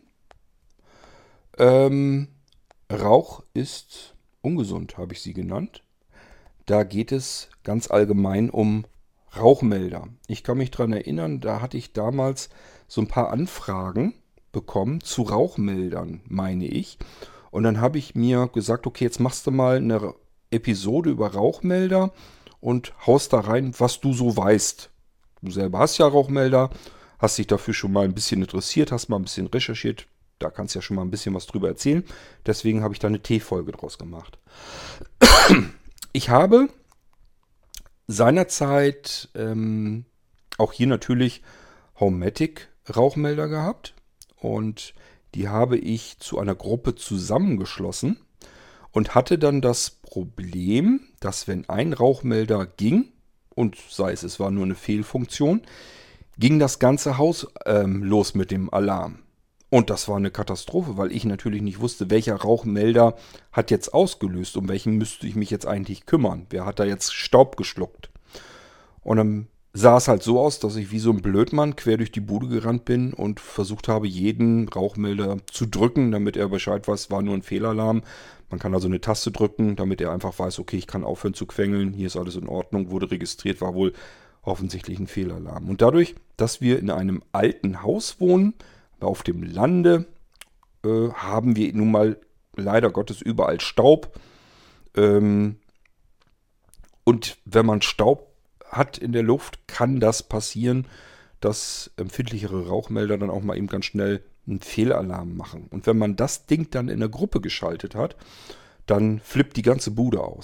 Rauch ist ungesund, habe ich sie genannt. Da geht es ganz allgemein um Rauchmelder. Ich kann mich daran erinnern, da hatte ich damals so ein paar Anfragen bekommen zu Rauchmeldern, meine ich. Und dann habe ich mir gesagt, okay, jetzt machst du mal eine Episode über Rauchmelder und haust da rein, was du so weißt. Du selber hast ja Rauchmelder, hast dich dafür schon mal ein bisschen interessiert, hast mal ein bisschen recherchiert. Da kannst du ja schon mal ein bisschen was drüber erzählen. Deswegen habe ich da eine T-Folge draus gemacht. Ich habe seinerzeit auch hier natürlich Homematic Rauchmelder gehabt und die habe ich zu einer Gruppe zusammengeschlossen und hatte dann das Problem, dass wenn ein Rauchmelder ging, und sei es war nur eine Fehlfunktion, ging das ganze Haus los mit dem Alarm. Und das war eine Katastrophe, weil ich natürlich nicht wusste, welcher Rauchmelder hat jetzt ausgelöst, um welchen müsste ich mich jetzt eigentlich kümmern. Wer hat da jetzt Staub geschluckt? Und dann sah es halt so aus, dass ich wie so ein Blödmann quer durch die Bude gerannt bin und versucht habe, jeden Rauchmelder zu drücken, damit er Bescheid weiß, war nur ein Fehlalarm. Man kann also eine Taste drücken, damit er einfach weiß, okay, ich kann aufhören zu quengeln, hier ist alles in Ordnung, wurde registriert, war wohl offensichtlich ein Fehlalarm. Und dadurch, dass wir in einem alten Haus wohnen, auf dem Lande, haben wir nun mal leider Gottes überall Staub. Und wenn man Staub hat in der Luft, kann das passieren, dass empfindlichere Rauchmelder dann auch mal eben ganz schnell einen Fehlalarm machen. Und wenn man das Ding dann in der Gruppe geschaltet hat, dann flippt die ganze Bude aus.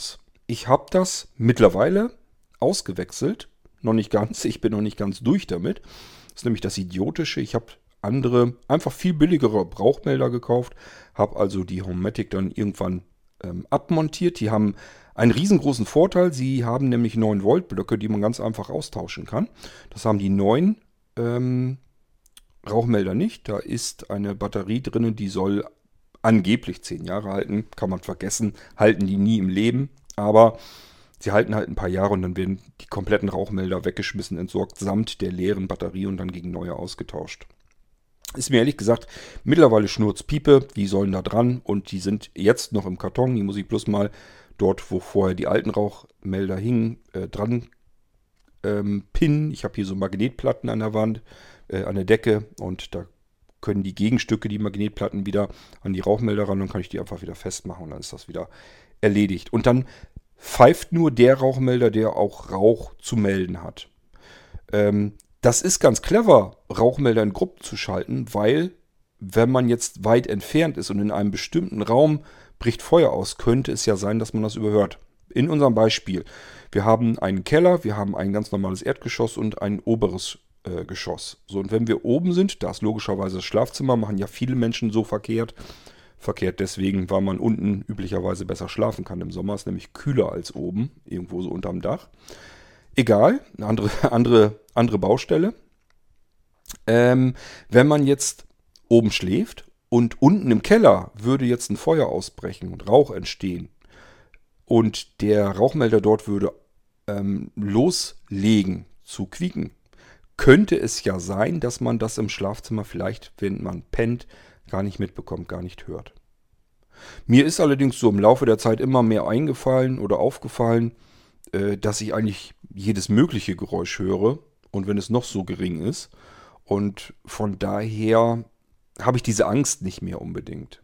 ich habe das mittlerweile ausgewechselt. Noch nicht ganz, ich bin noch nicht ganz durch damit. Das ist nämlich das Idiotische. Ich habe andere, einfach viel billigere Rauchmelder gekauft, habe also die Homematic dann irgendwann abmontiert. Die haben einen riesengroßen Vorteil. Sie haben nämlich 9 Volt Blöcke, die man ganz einfach austauschen kann. Das haben die neuen Rauchmelder nicht. Da ist eine Batterie drin, die soll angeblich 10 Jahre halten. Kann man vergessen. Halten die nie im Leben. Aber sie halten halt ein paar Jahre und dann werden die kompletten Rauchmelder weggeschmissen, entsorgt, samt der leeren Batterie und dann gegen neue ausgetauscht. Ist mir ehrlich gesagt mittlerweile Schnurzpiepe, die sollen da dran und die sind jetzt noch im Karton. Die muss ich bloß mal dort, wo vorher die alten Rauchmelder hingen, dran pinnen. Ich habe hier so Magnetplatten an der Wand, an der Decke und da können die Gegenstücke, die Magnetplatten, wieder an die Rauchmelder ran und kann ich die einfach wieder festmachen und dann ist das wieder erledigt. Und dann pfeift nur der Rauchmelder, der auch Rauch zu melden hat. Das ist ganz clever, Rauchmelder in Gruppen zu schalten, weil wenn man jetzt weit entfernt ist und in einem bestimmten Raum bricht Feuer aus, könnte es ja sein, dass man das überhört. In unserem Beispiel, wir haben einen Keller, wir haben ein ganz normales Erdgeschoss und ein oberes Geschoss. So, und wenn wir oben sind, da ist logischerweise das Schlafzimmer, machen ja viele Menschen so verkehrt. Verkehrt deswegen, weil man unten üblicherweise besser schlafen kann im Sommer. Ist nämlich kühler als oben, irgendwo so unterm Dach. Egal, eine andere Baustelle. Wenn man jetzt oben schläft und unten im Keller würde jetzt ein Feuer ausbrechen und Rauch entstehen und der Rauchmelder dort würde loslegen zu quieken, könnte es ja sein, dass man das im Schlafzimmer vielleicht, wenn man pennt, gar nicht mitbekommt, gar nicht hört. Mir ist allerdings so im Laufe der Zeit immer mehr eingefallen oder aufgefallen, dass ich eigentlich jedes mögliche Geräusch höre und wenn es noch so gering ist. Und von daher habe ich diese Angst nicht mehr unbedingt.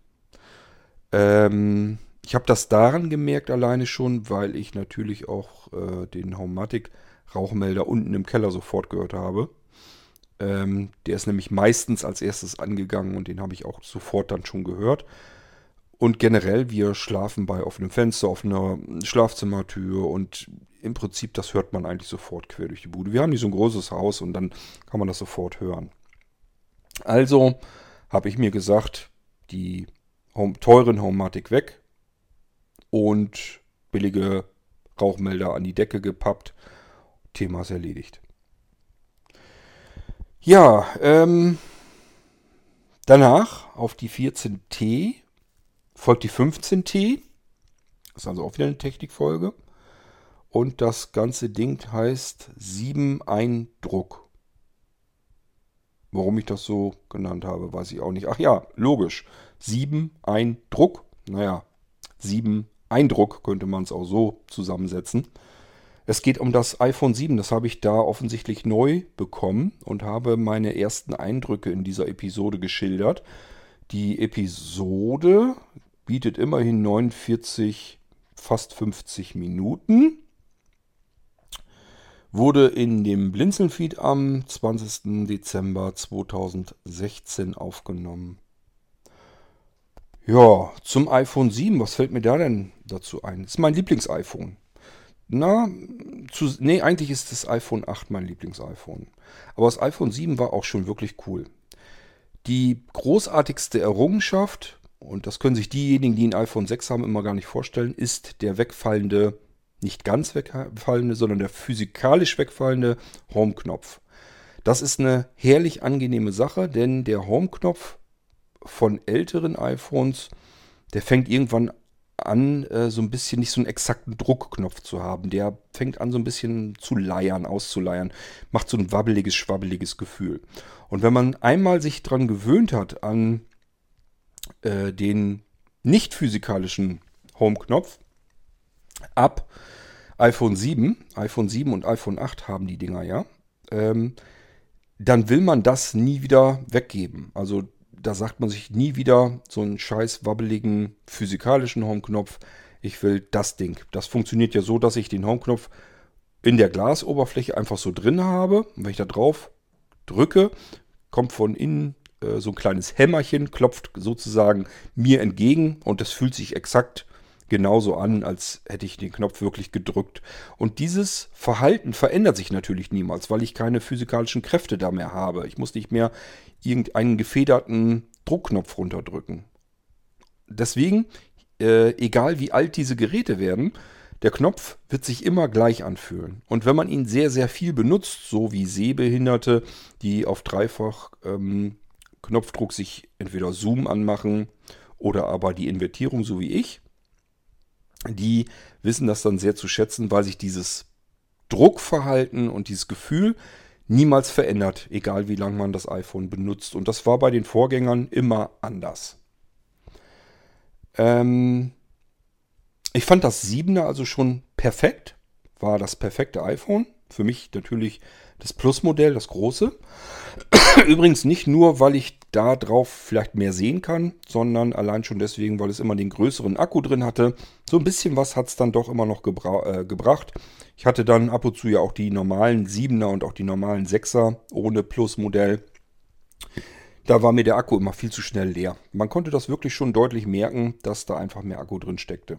Ich habe das daran gemerkt alleine schon, weil ich natürlich auch den Homematic Rauchmelder unten im Keller sofort gehört habe. Der ist nämlich meistens als erstes angegangen und den habe ich auch sofort dann schon gehört. Und generell, wir schlafen bei offenem Fenster, offener Schlafzimmertür und im Prinzip, das hört man eigentlich sofort quer durch die Bude. Wir haben nicht so ein großes Haus und dann kann man das sofort hören. Also habe ich mir gesagt, die teuren Homematic weg und billige Rauchmelder an die Decke gepappt. Thema ist erledigt. Ja, danach auf die 14T folgt die 15T. Das ist also auch wieder eine Technikfolge. Und das ganze Ding heißt 7-Eindruck. Warum ich das so genannt habe, weiß ich auch nicht. Ach ja, logisch. 7-Eindruck. Naja, 7-Eindruck könnte man es auch so zusammensetzen. Es geht um das iPhone 7. Das habe ich da offensichtlich neu bekommen und habe meine ersten Eindrücke in dieser Episode geschildert. Die Episode bietet immerhin 49, fast 50 Minuten. Wurde in dem Blinzeln-Feed am 20. Dezember 2016 aufgenommen. Ja, zum iPhone 7, was fällt mir da denn dazu ein? Das ist mein Lieblings-iPhone. Eigentlich ist das iPhone 8 mein Lieblings-iPhone. Aber das iPhone 7 war auch schon wirklich cool. Die großartigste Errungenschaft, und das können sich diejenigen, die ein iPhone 6 haben, immer gar nicht vorstellen, ist der wegfallende, nicht ganz wegfallende, sondern der physikalisch wegfallende Home-Knopf. Das ist eine herrlich angenehme Sache, denn der Home-Knopf von älteren iPhones, der fängt irgendwann an, so ein bisschen nicht so einen exakten Druckknopf zu haben. Der fängt an, so ein bisschen zu leiern, auszuleiern. Macht so ein wabbeliges, schwabbeliges Gefühl. Und wenn man einmal sich dran gewöhnt hat an den nicht physikalischen Home-Knopf, ab iPhone 7 und iPhone 8 haben die Dinger ja, dann will man das nie wieder weggeben. Also da sagt man sich nie wieder so einen scheiß wabbeligen physikalischen Home-Knopf. Ich will das Ding. Das funktioniert ja so, dass ich den Home-Knopf in der Glasoberfläche einfach so drin habe. Und wenn ich da drauf drücke, kommt von innen so ein kleines Hämmerchen, klopft sozusagen mir entgegen und das fühlt sich exakt genauso an, als hätte ich den Knopf wirklich gedrückt. Und dieses Verhalten verändert sich natürlich niemals, weil ich keine physikalischen Kräfte da mehr habe. Ich muss nicht mehr irgendeinen gefederten Druckknopf runterdrücken. Deswegen, egal wie alt diese Geräte werden, der Knopf wird sich immer gleich anfühlen. Und wenn man ihn sehr, sehr viel benutzt, so wie Sehbehinderte, die auf dreifach Knopfdruck sich entweder Zoom anmachen oder aber die Invertierung, so wie ich, die wissen das dann sehr zu schätzen, weil sich dieses Druckverhalten und dieses Gefühl niemals verändert, egal wie lange man das iPhone benutzt. Und das war bei den Vorgängern immer anders. Ich fand das 7er also schon perfekt, war das perfekte iPhone. Für mich natürlich das Plus-Modell, das große. Übrigens nicht nur, weil ich da drauf vielleicht mehr sehen kann, sondern allein schon deswegen, weil es immer den größeren Akku drin hatte. So ein bisschen was hat es dann doch immer noch gebracht. Ich hatte dann ab und zu ja auch die normalen 7er und auch die normalen 6er ohne Plus-Modell. Da war mir der Akku immer viel zu schnell leer. Man konnte das wirklich schon deutlich merken, dass da einfach mehr Akku drin steckte.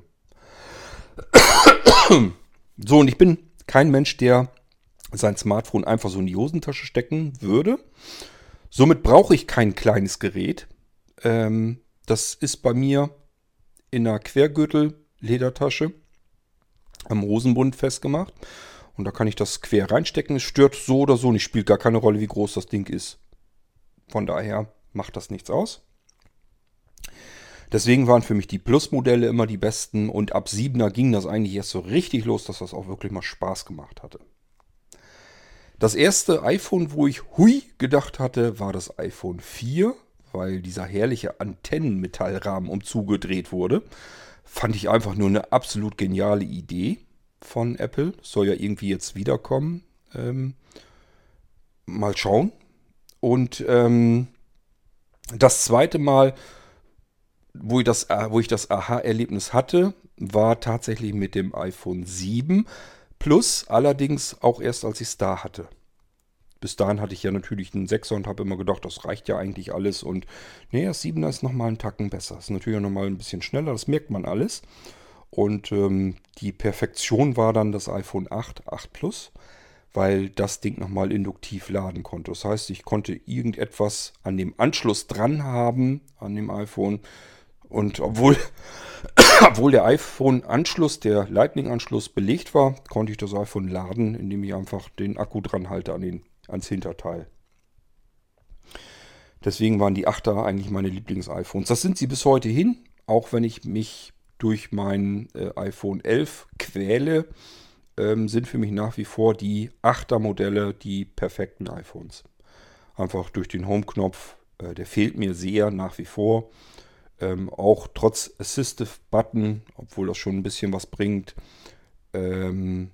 So, und ich bin kein Mensch, der sein Smartphone einfach so in die Hosentasche stecken würde. Somit brauche ich kein kleines Gerät. Das ist bei mir in einer Quergürtel-Ledertasche am Hosenbund festgemacht. Und da kann ich das quer reinstecken. Es stört so oder so nicht. Spielt gar keine Rolle, wie groß das Ding ist. Von daher macht das nichts aus. Deswegen waren für mich die Plus-Modelle immer die besten. Und ab 7er ging das eigentlich erst so richtig los, dass das auch wirklich mal Spaß gemacht hatte. Das erste iPhone, wo ich hui gedacht hatte, war das iPhone 4, weil dieser herrliche Antennenmetallrahmen umzugedreht wurde. Fand ich einfach nur eine absolut geniale Idee von Apple. Soll ja irgendwie jetzt wiederkommen. Mal schauen. Und das zweite Mal, wo ich das Aha-Erlebnis hatte, war tatsächlich mit dem iPhone 7 Plus, allerdings auch erst, als ich es da hatte. Bis dahin hatte ich ja natürlich einen 6er und habe immer gedacht, das reicht ja eigentlich alles. Und nee, das 7er ist nochmal einen Tacken besser. Ist natürlich auch nochmal ein bisschen schneller, das merkt man alles. Und die Perfektion war dann das iPhone 8 Plus, weil das Ding nochmal induktiv laden konnte. Das heißt, ich konnte irgendetwas an dem Anschluss dran haben, an dem iPhone. Und obwohl der iPhone-Anschluss, der Lightning-Anschluss belegt war, konnte ich das iPhone laden, indem ich einfach den Akku dran halte ans Hinterteil. Deswegen waren die 8er eigentlich meine Lieblings-iPhones. Das sind sie bis heute hin, auch wenn ich mich durch mein iPhone 11 quäle, sind für mich nach wie vor die 8er Modelle die perfekten iPhones. Einfach durch den Home-Knopf, der fehlt mir sehr nach wie vor. Auch trotz Assistive Button, obwohl das schon ein bisschen was bringt. Ja,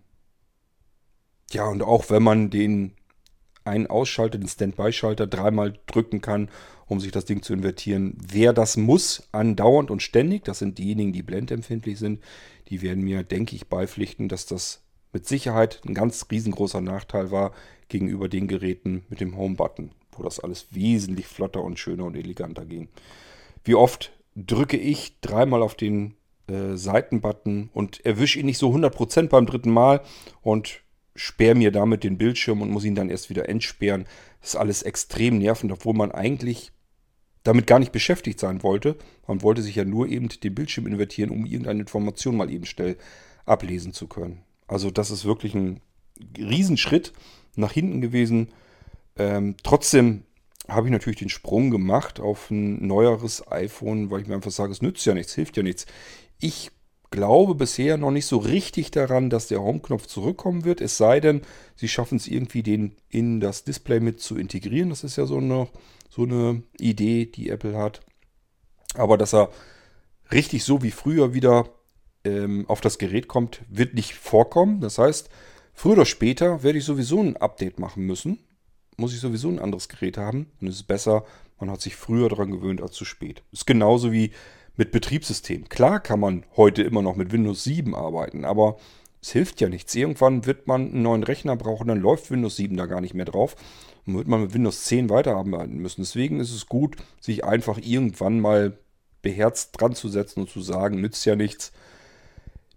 und auch wenn man den Ein-Ausschalter, den Standby-Schalter dreimal drücken kann, um sich das Ding zu invertieren. Wer das muss, andauernd und ständig, das sind diejenigen, die blendempfindlich sind, die werden mir, denke ich, beipflichten, dass das mit Sicherheit ein ganz riesengroßer Nachteil war gegenüber den Geräten mit dem Home-Button, wo das alles wesentlich flotter und schöner und eleganter ging. Wie oft drücke ich dreimal auf den Seitenbutton und erwische ihn nicht so 100% beim dritten Mal und sperre mir damit den Bildschirm und muss ihn dann erst wieder entsperren. Das ist alles extrem nervend, obwohl man eigentlich damit gar nicht beschäftigt sein wollte. Man wollte sich ja nur eben den Bildschirm invertieren, um irgendeine Information mal eben schnell ablesen zu können. Also das ist wirklich ein Riesenschritt nach hinten gewesen. Trotzdem habe ich natürlich den Sprung gemacht auf ein neueres iPhone, weil ich mir einfach sage, es nützt ja nichts, hilft ja nichts. Ich glaube bisher noch nicht so richtig daran, dass der Home-Knopf zurückkommen wird, es sei denn, sie schaffen es irgendwie, den in das Display mit zu integrieren. Das ist ja so eine Idee, die Apple hat. Aber dass er richtig so wie früher wieder auf das Gerät kommt, wird nicht vorkommen. Das heißt, früher oder später werde ich sowieso ein Update machen müssen. Muss ich sowieso ein anderes Gerät haben. Und es ist besser, man hat sich früher daran gewöhnt als zu spät. Ist genauso wie mit Betriebssystem. Klar kann man heute immer noch mit Windows 7 arbeiten, aber es hilft ja nichts. Irgendwann wird man einen neuen Rechner brauchen, dann läuft Windows 7 da gar nicht mehr drauf. Und wird man mit Windows 10 weiterarbeiten müssen. Deswegen ist es gut, sich einfach irgendwann mal beherzt dran zu setzen und zu sagen, nützt ja nichts.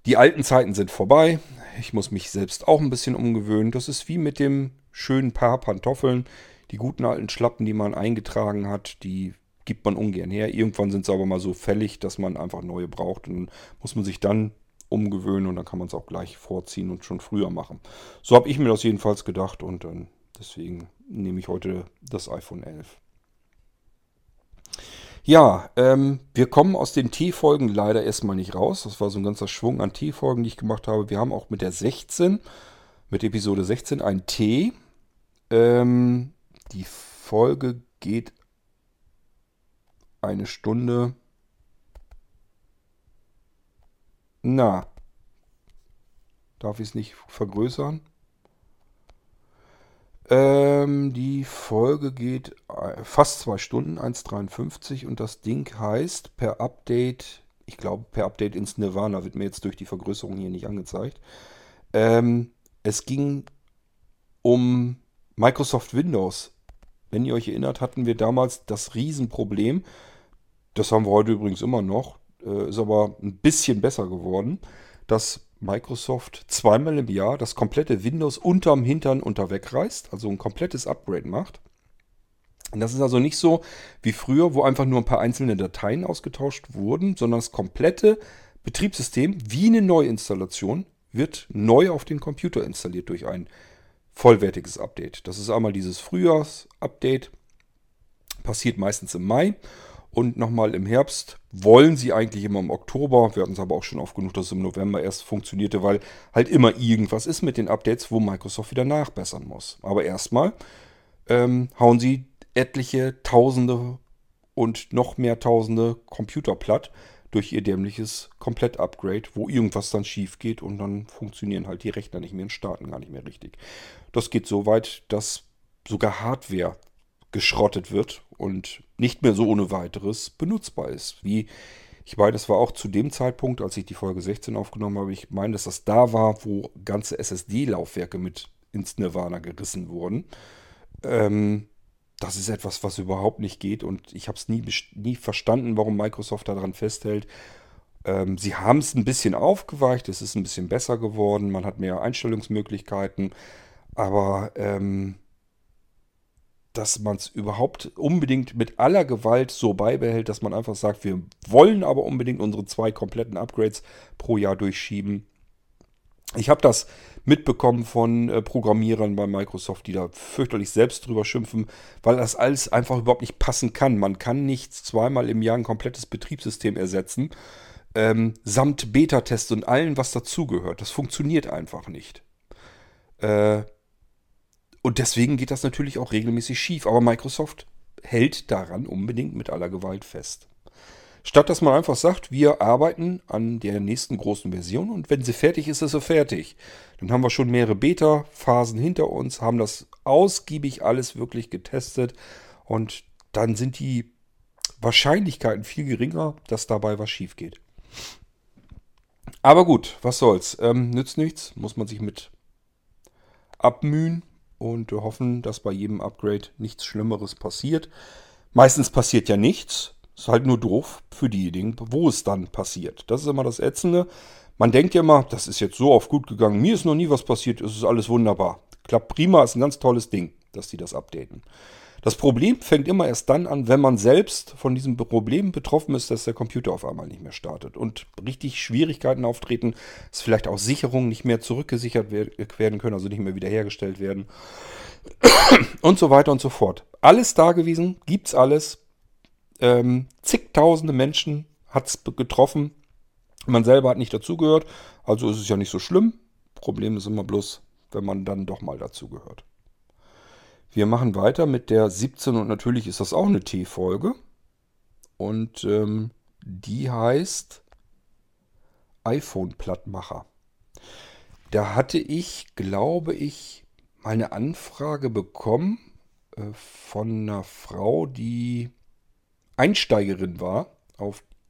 Die alten Zeiten sind vorbei. Ich muss mich selbst auch ein bisschen umgewöhnen. Das ist wie mit dem schönen Paar Pantoffeln. Die guten alten Schlappen, die man eingetragen hat, die gibt man ungern her. Irgendwann sind sie aber mal so fällig, dass man einfach neue braucht. Und dann muss man sich dann umgewöhnen und dann kann man es auch gleich vorziehen und schon früher machen. So habe ich mir das jedenfalls gedacht und deswegen nehme ich heute das iPhone 11. Ja, wir kommen aus den T-Folgen leider erstmal nicht raus. Das war so ein ganzer Schwung an T-Folgen, die ich gemacht habe. Wir haben auch mit der 16, mit Episode 16 ein T. Die Folge geht eine Stunde. Na, darf ich es nicht vergrößern? Die Folge geht fast 2 Stunden, 1,53 und das Ding heißt per Update, ich glaube per Update ins Nirvana, wird mir jetzt durch die Vergrößerung hier nicht angezeigt. Es ging um Microsoft Windows. Wenn ihr euch erinnert, hatten wir damals das Riesenproblem, das haben wir heute übrigens immer noch, ist aber ein bisschen besser geworden, dass Microsoft zweimal im Jahr das komplette Windows unterm Hintern wegreißt, also ein komplettes Upgrade macht. Und das ist also nicht so wie früher, wo einfach nur ein paar einzelne Dateien ausgetauscht wurden, sondern das komplette Betriebssystem wie eine Neuinstallation wird neu auf den Computer installiert durch ein vollwertiges Update. Das ist einmal dieses Frühjahrs-Update, passiert meistens im Mai. Und nochmal im Herbst wollen sie eigentlich immer im Oktober. Wir hatten es aber auch schon oft genug, dass es im November erst funktionierte, weil halt immer irgendwas ist mit den Updates, wo Microsoft wieder nachbessern muss. Aber erstmal hauen sie etliche Tausende und noch mehr Tausende Computer platt durch ihr dämliches Komplett-Upgrade, wo irgendwas dann schief geht und dann funktionieren halt die Rechner nicht mehr und starten gar nicht mehr richtig. Das geht so weit, dass sogar Hardware geschrottet wird und nicht mehr so ohne weiteres benutzbar ist. Wie ich meine, das war auch zu dem Zeitpunkt, als ich die Folge 16 aufgenommen habe, ich meine, dass das da war, wo ganze SSD-Laufwerke mit ins Nirvana gerissen wurden. Das ist etwas, was überhaupt nicht geht und ich habe es nie verstanden, warum Microsoft daran festhält. Sie haben es ein bisschen aufgeweicht, es ist ein bisschen besser geworden, man hat mehr Einstellungsmöglichkeiten, aber dass man es überhaupt unbedingt mit aller Gewalt so beibehält, dass man einfach sagt, wir wollen aber unbedingt unsere 2 kompletten Upgrades pro Jahr durchschieben. Ich habe das mitbekommen von Programmierern bei Microsoft, die da fürchterlich selbst drüber schimpfen, weil das alles einfach überhaupt nicht passen kann. Man kann nicht zweimal im Jahr ein komplettes Betriebssystem ersetzen, samt Beta-Tests und allem, was dazugehört. Das funktioniert einfach nicht. Und deswegen geht das natürlich auch regelmäßig schief. Aber Microsoft hält daran unbedingt mit aller Gewalt fest. Statt dass man einfach sagt, wir arbeiten an der nächsten großen Version und wenn sie fertig ist, ist sie fertig. Dann haben wir schon mehrere Beta-Phasen hinter uns, haben das ausgiebig alles wirklich getestet und dann sind die Wahrscheinlichkeiten viel geringer, dass dabei was schief geht. Aber gut, was soll's. Nützt nichts, muss man sich mit abmühen und hoffen, dass bei jedem Upgrade nichts Schlimmeres passiert. Meistens passiert ja nichts. Ist halt nur doof für diejenigen, wo es dann passiert. Das ist immer das Ätzende. Man denkt ja immer, das ist jetzt so oft gut gegangen. Mir ist noch nie was passiert, es ist alles wunderbar. Klappt prima, ist ein ganz tolles Ding, dass die das updaten. Das Problem fängt immer erst dann an, wenn man selbst von diesem Problem betroffen ist, dass der Computer auf einmal nicht mehr startet. Und richtig Schwierigkeiten auftreten, dass vielleicht auch Sicherungen nicht mehr zurückgesichert werden können, also nicht mehr wiederhergestellt werden. Und so weiter und so fort. Alles da gewesen, gibt's alles. Zigtausende Menschen hat es getroffen. Man selber hat nicht dazugehört, also ist es ja nicht so schlimm. Problem ist immer bloß, wenn man dann doch mal dazugehört. Wir machen weiter mit der 17 und natürlich ist das auch eine T-Folge. Und die heißt iPhone-Plattmacher. Da hatte ich, glaube ich, mal eine Anfrage bekommen von einer Frau, die Einsteigerin war auf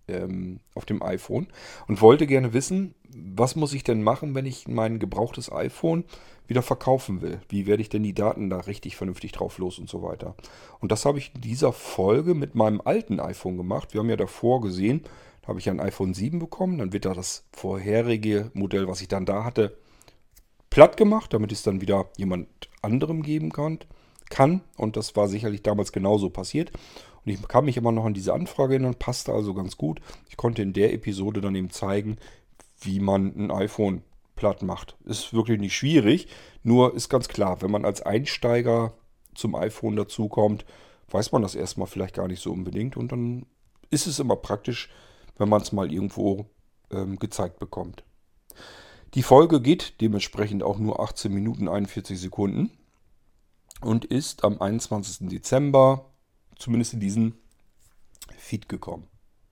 auf dem iPhone und wollte gerne wissen, was muss ich denn machen, wenn ich mein gebrauchtes iPhone wieder verkaufen will? Wie werde ich denn die Daten da richtig vernünftig drauf los und so weiter? Und das habe ich in dieser Folge mit meinem alten iPhone gemacht. Wir haben ja davor gesehen, da habe ich ein iPhone 7 bekommen, dann wird da das vorherige Modell, was ich dann da hatte, platt gemacht, damit ich es dann wieder jemand anderem geben kann. Und das war sicherlich damals genauso passiert. Und ich kann mich immer noch an diese Anfrage erinnern, passte also ganz gut. Ich konnte in der Episode dann eben zeigen, wie man ein iPhone platt macht. Ist wirklich nicht schwierig, nur ist ganz klar, wenn man als Einsteiger zum iPhone dazukommt, weiß man das erstmal vielleicht gar nicht so unbedingt. Und dann ist es immer praktisch, wenn man es mal irgendwo gezeigt bekommt. Die Folge geht dementsprechend auch nur 18 Minuten 41 Sekunden und ist am 21. Dezember zumindest in diesen Feed gekommen.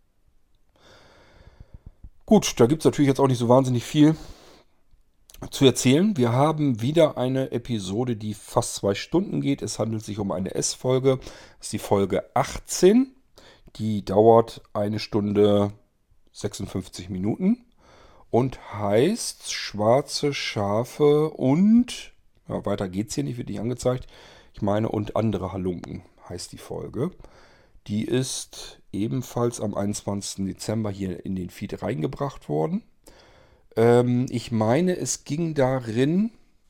Gut, da gibt es natürlich jetzt auch nicht so wahnsinnig viel zu erzählen. Wir haben wieder eine Episode, die fast 2 Stunden geht. Es handelt sich um eine S-Folge. Das ist die Folge 18. Die dauert 1 Stunde 56 Minuten und heißt Schwarze Schafe und, ja, weiter geht's hier nicht, wird nicht angezeigt. Ich meine, und andere Halunken heißt die Folge. Die ist ebenfalls am 21. Dezember hier in den Feed reingebracht worden. Ich meine, es ging darin,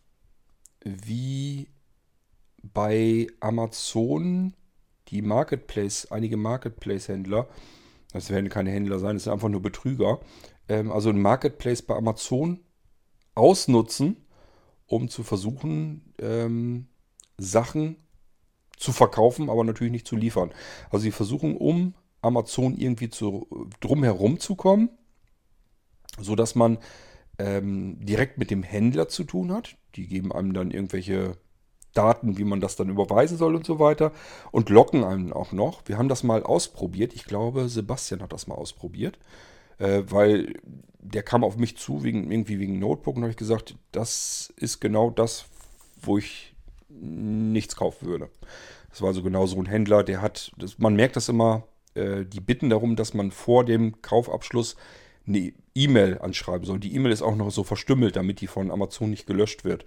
wie bei Amazon einige Marketplace-Händler, das werden keine Händler sein, das sind einfach nur Betrüger, also ein Marketplace bei Amazon ausnutzen, um zu versuchen, Sachen zu verkaufen, aber natürlich nicht zu liefern. Also sie versuchen, um Amazon irgendwie drumherum zu kommen, sodass man direkt mit dem Händler zu tun hat. Die geben einem dann irgendwelche Daten, wie man das dann überweisen soll und so weiter und locken einen auch noch. Wir haben das mal ausprobiert. Ich glaube, Sebastian hat das mal ausprobiert, weil der kam auf mich zu, wegen Notebook, und habe ich gesagt, das ist genau das, wo ich nichts kaufen würde. Das war also genau so ein Händler, man merkt das immer, die bitten darum, dass man vor dem Kaufabschluss eine E-Mail anschreiben soll. Die E-Mail ist auch noch so verstümmelt, damit die von Amazon nicht gelöscht wird.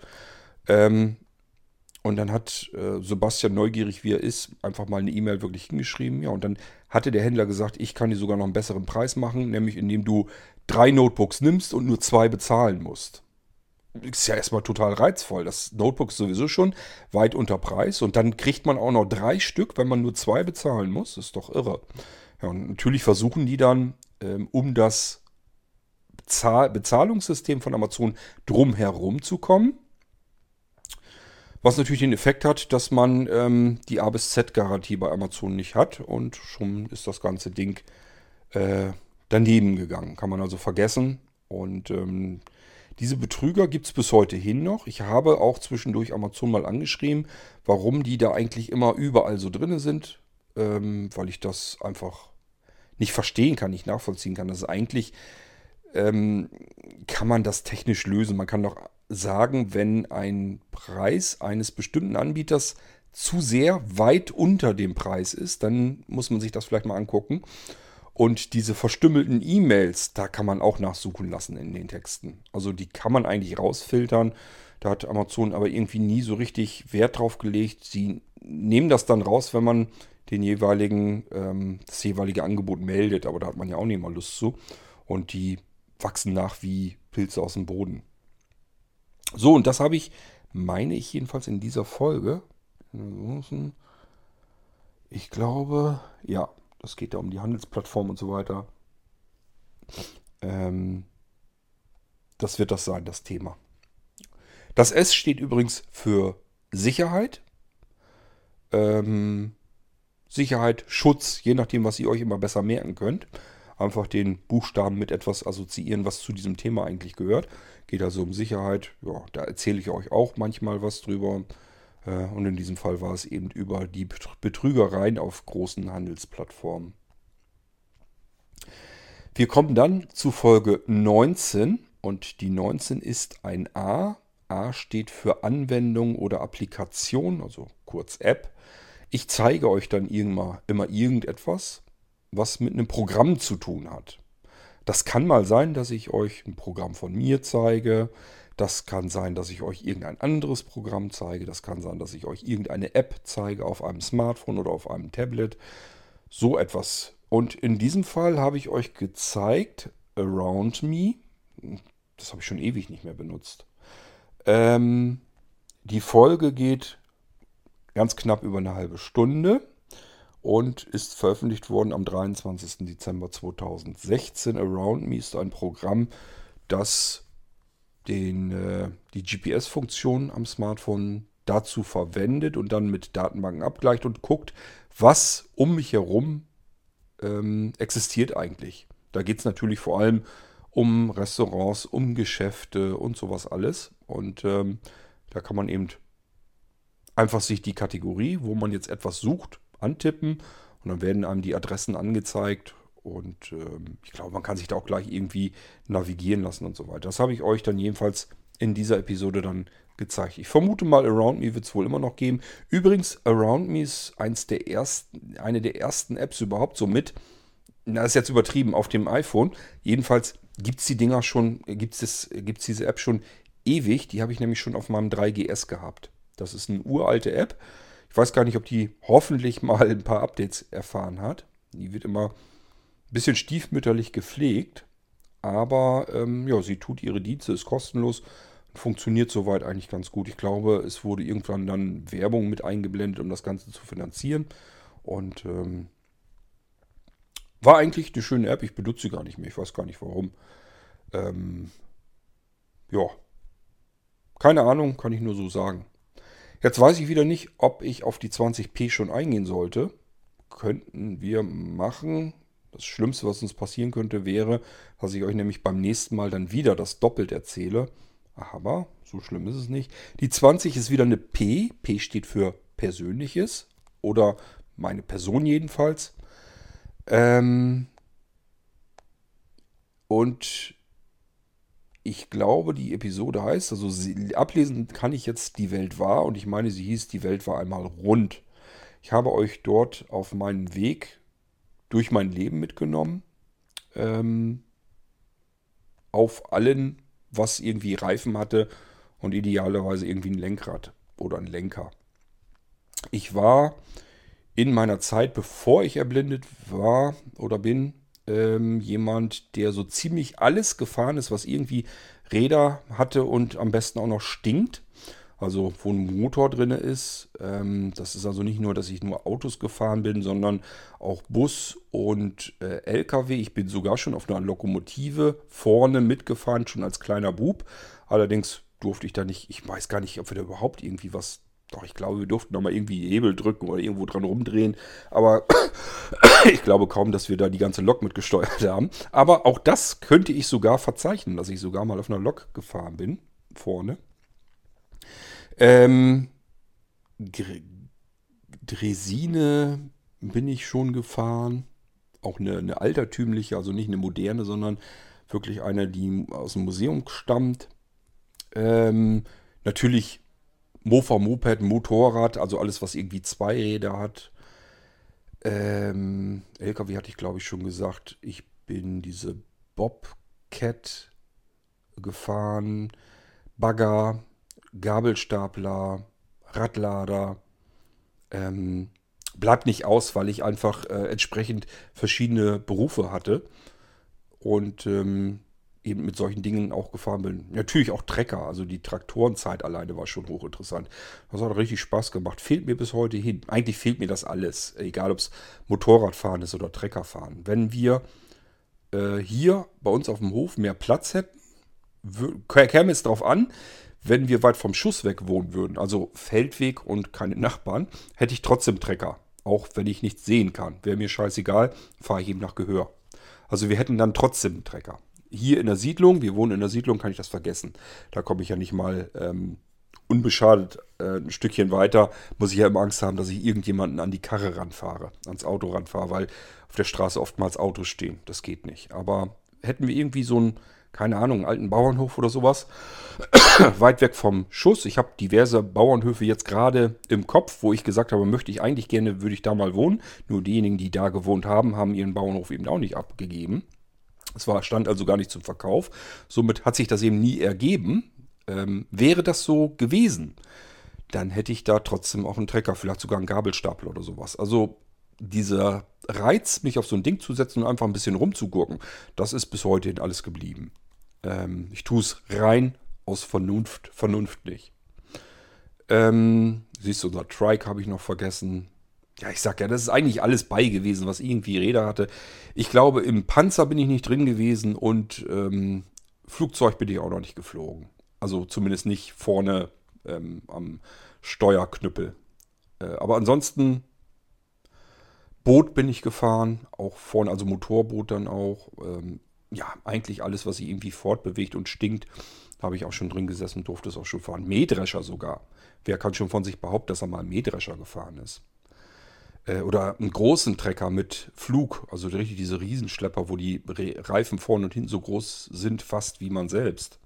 Und dann hat Sebastian, neugierig wie er ist, einfach mal eine E-Mail wirklich hingeschrieben. Ja, und dann hatte der Händler gesagt, ich kann dir sogar noch einen besseren Preis machen, nämlich indem du 3 Notebooks nimmst und nur 2 bezahlen musst. Ist ja erstmal total reizvoll. Das Notebook ist sowieso schon weit unter Preis. Und dann kriegt man auch noch 3 Stück, wenn man nur 2 bezahlen muss. Das ist doch irre. Ja, und natürlich versuchen die dann, um das Bezahlungssystem von Amazon drumherum zu kommen. Was natürlich den Effekt hat, dass man die A bis Z-Garantie bei Amazon nicht hat. Und schon ist das ganze Ding daneben gegangen. Kann man also vergessen. Und diese Betrüger gibt es bis heute hin noch. Ich habe auch zwischendurch Amazon mal angeschrieben, warum die da eigentlich immer überall so drin sind. Weil ich das einfach nicht verstehen kann, nicht nachvollziehen kann. Das ist eigentlich, kann man das technisch lösen. Man kann doch sagen, wenn ein Preis eines bestimmten Anbieters zu sehr weit unter dem Preis ist, dann muss man sich das vielleicht mal angucken. Und diese verstümmelten E-Mails, da kann man auch nachsuchen lassen in den Texten. Also die kann man eigentlich rausfiltern. Da hat Amazon aber irgendwie nie so richtig Wert drauf gelegt. Sie nehmen das dann raus, wenn man das jeweilige Angebot meldet. Aber da hat man ja auch nicht mal Lust zu. Und die wachsen nach wie Pilze aus dem Boden. So, und das habe ich, meine ich jedenfalls in dieser Folge. Ich glaube, ja, das geht da um die Handelsplattform und so weiter. Das wird das sein, das Thema. Das S steht übrigens für Sicherheit. Sicherheit, Schutz, je nachdem, was ihr euch immer besser merken könnt. Einfach den Buchstaben mit etwas assoziieren, was zu diesem Thema eigentlich gehört. Geht also um Sicherheit. Ja, da erzähle ich euch auch manchmal was drüber. Und in diesem Fall war es eben über die Betrügereien auf großen Handelsplattformen. Wir kommen dann zu Folge 19 und die 19 ist ein A. A steht für Anwendung oder Applikation, also kurz App. Ich zeige euch dann immer irgendetwas, was mit einem Programm zu tun hat. Das kann mal sein, dass ich euch ein Programm von mir zeige. Das kann sein, dass ich euch irgendein anderes Programm zeige. Das kann sein, dass ich euch irgendeine App zeige auf einem Smartphone oder auf einem Tablet. So etwas. Und in diesem Fall habe ich euch gezeigt, Around Me. Das habe ich schon ewig nicht mehr benutzt. Die Folge geht ganz knapp über eine halbe Stunde und ist veröffentlicht worden am 23. Dezember 2016. Around Me ist ein Programm, das die GPS-Funktion am Smartphone dazu verwendet und dann mit Datenbanken abgleicht und guckt, was um mich herum existiert eigentlich. Da geht es natürlich vor allem um Restaurants, um Geschäfte und sowas alles. Und da kann man eben einfach sich die Kategorie, wo man jetzt etwas sucht, antippen und dann werden einem die Adressen angezeigt und ich glaube, man kann sich da auch gleich irgendwie navigieren lassen und so weiter. Das habe ich euch dann jedenfalls in dieser Episode dann gezeigt. Ich vermute mal, Around Me wird es wohl immer noch geben. Übrigens, Around Me ist eine der ersten Apps überhaupt so mit, das ist jetzt übertrieben, auf dem iPhone. Jedenfalls gibt es die Dinger schon, gibt's diese App schon ewig. Die habe ich nämlich schon auf meinem 3GS gehabt. Das ist eine uralte App. Ich weiß gar nicht, ob die hoffentlich mal ein paar Updates erfahren hat. Die wird immer ein bisschen stiefmütterlich gepflegt. Aber ja, sie tut ihre Dienste, ist kostenlos und funktioniert soweit eigentlich ganz gut. Ich glaube, es wurde irgendwann dann Werbung mit eingeblendet, um das Ganze zu finanzieren. Und war eigentlich eine schöne App. Ich benutze sie gar nicht mehr. Ich weiß gar nicht warum. Ja, keine Ahnung, kann ich nur so sagen. Jetzt weiß ich wieder nicht, ob ich auf die 20p schon eingehen sollte. Könnten wir machen. Das Schlimmste, was uns passieren könnte, wäre, dass ich euch nämlich beim nächsten Mal dann wieder das doppelt erzähle. Aber so schlimm ist es nicht. Die 20 ist wieder eine P. P steht für Persönliches. Oder meine Person jedenfalls. Und ich glaube, die Episode heißt, also ablesen kann ich jetzt Die Welt war und ich meine, sie hieß Die Welt war einmal rund. Ich habe euch dort auf meinen Weg durch mein Leben mitgenommen. Auf allen, was irgendwie Reifen hatte und idealerweise irgendwie ein Lenkrad oder ein Lenker. Ich war in meiner Zeit, bevor ich erblindet war oder bin, jemand, der so ziemlich alles gefahren ist, was irgendwie Räder hatte und am besten auch noch stinkt. Also wo ein Motor drin ist. Das ist also nicht nur, dass ich nur Autos gefahren bin, sondern auch Bus und LKW. Ich bin sogar schon auf einer Lokomotive vorne mitgefahren, schon als kleiner Bub. Allerdings durfte ich da nicht, ich weiß gar nicht, ob wir da überhaupt irgendwie was. Doch, ich glaube, wir durften nochmal irgendwie Hebel drücken oder irgendwo dran rumdrehen. Aber ich glaube kaum, dass wir da die ganze Lok mitgesteuert haben. Aber auch das könnte ich sogar verzeichnen, dass ich sogar mal auf einer Lok gefahren bin, vorne. Dresine bin ich schon gefahren. Auch eine altertümliche, also nicht eine moderne, sondern wirklich eine, die aus dem Museum stammt. Natürlich Mofa, Moped, Motorrad, also alles, was irgendwie zwei Räder hat. LKW hatte ich, glaube ich, schon gesagt. Ich bin diese Bobcat gefahren. Bagger, Gabelstapler, Radlader. Bleibt nicht aus, weil ich einfach entsprechend verschiedene Berufe hatte. Und eben mit solchen Dingen auch gefahren bin. Natürlich auch Trecker, also die Traktorenzeit alleine war schon hochinteressant. Das hat richtig Spaß gemacht. Fehlt mir bis heute hin. Eigentlich fehlt mir das alles, egal ob es Motorradfahren ist oder Treckerfahren. Wenn wir hier bei uns auf dem Hof mehr Platz hätten, käme es darauf an, wenn wir weit vom Schuss weg wohnen würden, also Feldweg und keine Nachbarn, hätte ich trotzdem Trecker. Auch wenn ich nichts sehen kann. Wäre mir scheißegal, fahre ich eben nach Gehör. Also wir hätten dann trotzdem einen Trecker. Hier in der Siedlung, wir wohnen in der Siedlung, kann ich das vergessen. Da komme ich ja nicht mal unbeschadet ein Stückchen weiter. Muss ich ja immer Angst haben, dass ich irgendjemanden an die Karre ranfahre, ans Auto ranfahre, weil auf der Straße oftmals Autos stehen. Das geht nicht. Aber hätten wir irgendwie so einen keine Ahnung, einen alten Bauernhof oder sowas, weit weg vom Schuss. Ich habe diverse Bauernhöfe jetzt gerade im Kopf, wo ich gesagt habe, möchte ich eigentlich gerne, würde ich da mal wohnen. Nur diejenigen, die da gewohnt haben, haben ihren Bauernhof eben auch nicht abgegeben. Stand also gar nicht zum Verkauf. Somit hat sich das eben nie ergeben. Wäre das so gewesen, dann hätte ich da trotzdem auch einen Trecker, vielleicht sogar einen Gabelstapler oder sowas. Also dieser Reiz, mich auf so ein Ding zu setzen und einfach ein bisschen rumzugurken, das ist bis heute in alles geblieben. Ich tue es rein aus vernünftig. Siehst du, unser Trike habe ich noch vergessen. Ja, ich sag ja, das ist eigentlich alles bei gewesen, was irgendwie Räder hatte. Ich glaube, im Panzer bin ich nicht drin gewesen und Flugzeug bin ich auch noch nicht geflogen. Also zumindest nicht vorne am Steuerknüppel. Aber ansonsten Boot bin ich gefahren, auch vorne, also Motorboot dann auch. Ja, eigentlich alles, was sich irgendwie fortbewegt und stinkt, habe ich auch schon drin gesessen, durfte es auch schon fahren. Mähdrescher sogar. Wer kann schon von sich behaupten, dass er mal einen Mähdrescher gefahren ist? Oder einen großen Trecker mit Flug, also richtig diese Riesenschlepper, wo die Reifen vorne und hinten so groß sind, fast wie man selbst.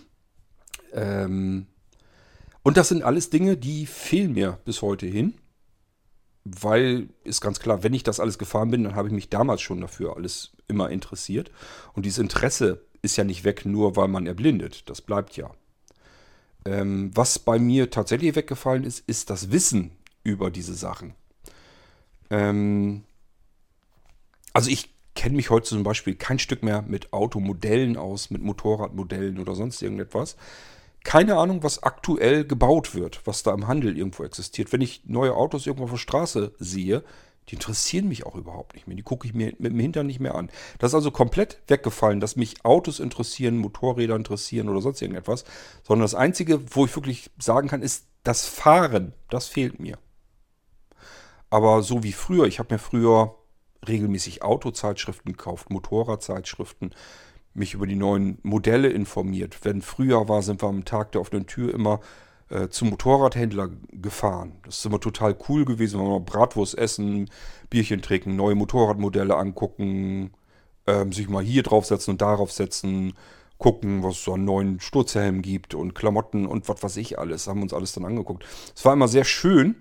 Und das sind alles Dinge, die fehlen mir bis heute hin, weil ist ganz klar, wenn ich das alles gefahren bin, dann habe ich mich damals schon dafür alles immer interessiert. Und dieses Interesse ist ja nicht weg, nur weil man erblindet. Das bleibt ja. Was bei mir tatsächlich weggefallen ist, ist das Wissen über diese Sachen. Also ich kenne mich heute zum Beispiel kein Stück mehr mit Automodellen aus, mit Motorradmodellen oder sonst irgendetwas. Keine Ahnung, was aktuell gebaut wird, was da im Handel irgendwo existiert. Wenn ich neue Autos irgendwo auf der Straße sehe, die interessieren mich auch überhaupt nicht mehr. Die gucke ich mir mit dem Hintern nicht mehr an. Das ist also komplett weggefallen, dass mich Autos interessieren, Motorräder interessieren oder sonst irgendetwas. Sondern das Einzige, wo ich wirklich sagen kann, ist das Fahren. Das fehlt mir. Aber so wie früher, ich habe mir früher regelmäßig Autozeitschriften gekauft, Motorradzeitschriften, mich über die neuen Modelle informiert. Wenn Frühjahr war, sind wir am Tag der offenen Tür immer zum Motorradhändler gefahren. Das ist immer total cool gewesen, wenn wir Bratwurst essen, Bierchen trinken, neue Motorradmodelle angucken, sich mal hier draufsetzen und darauf setzen, gucken, was es so an neuen Sturzhelmen gibt und Klamotten und was weiß ich alles. Haben wir uns alles dann angeguckt. Es war immer sehr schön.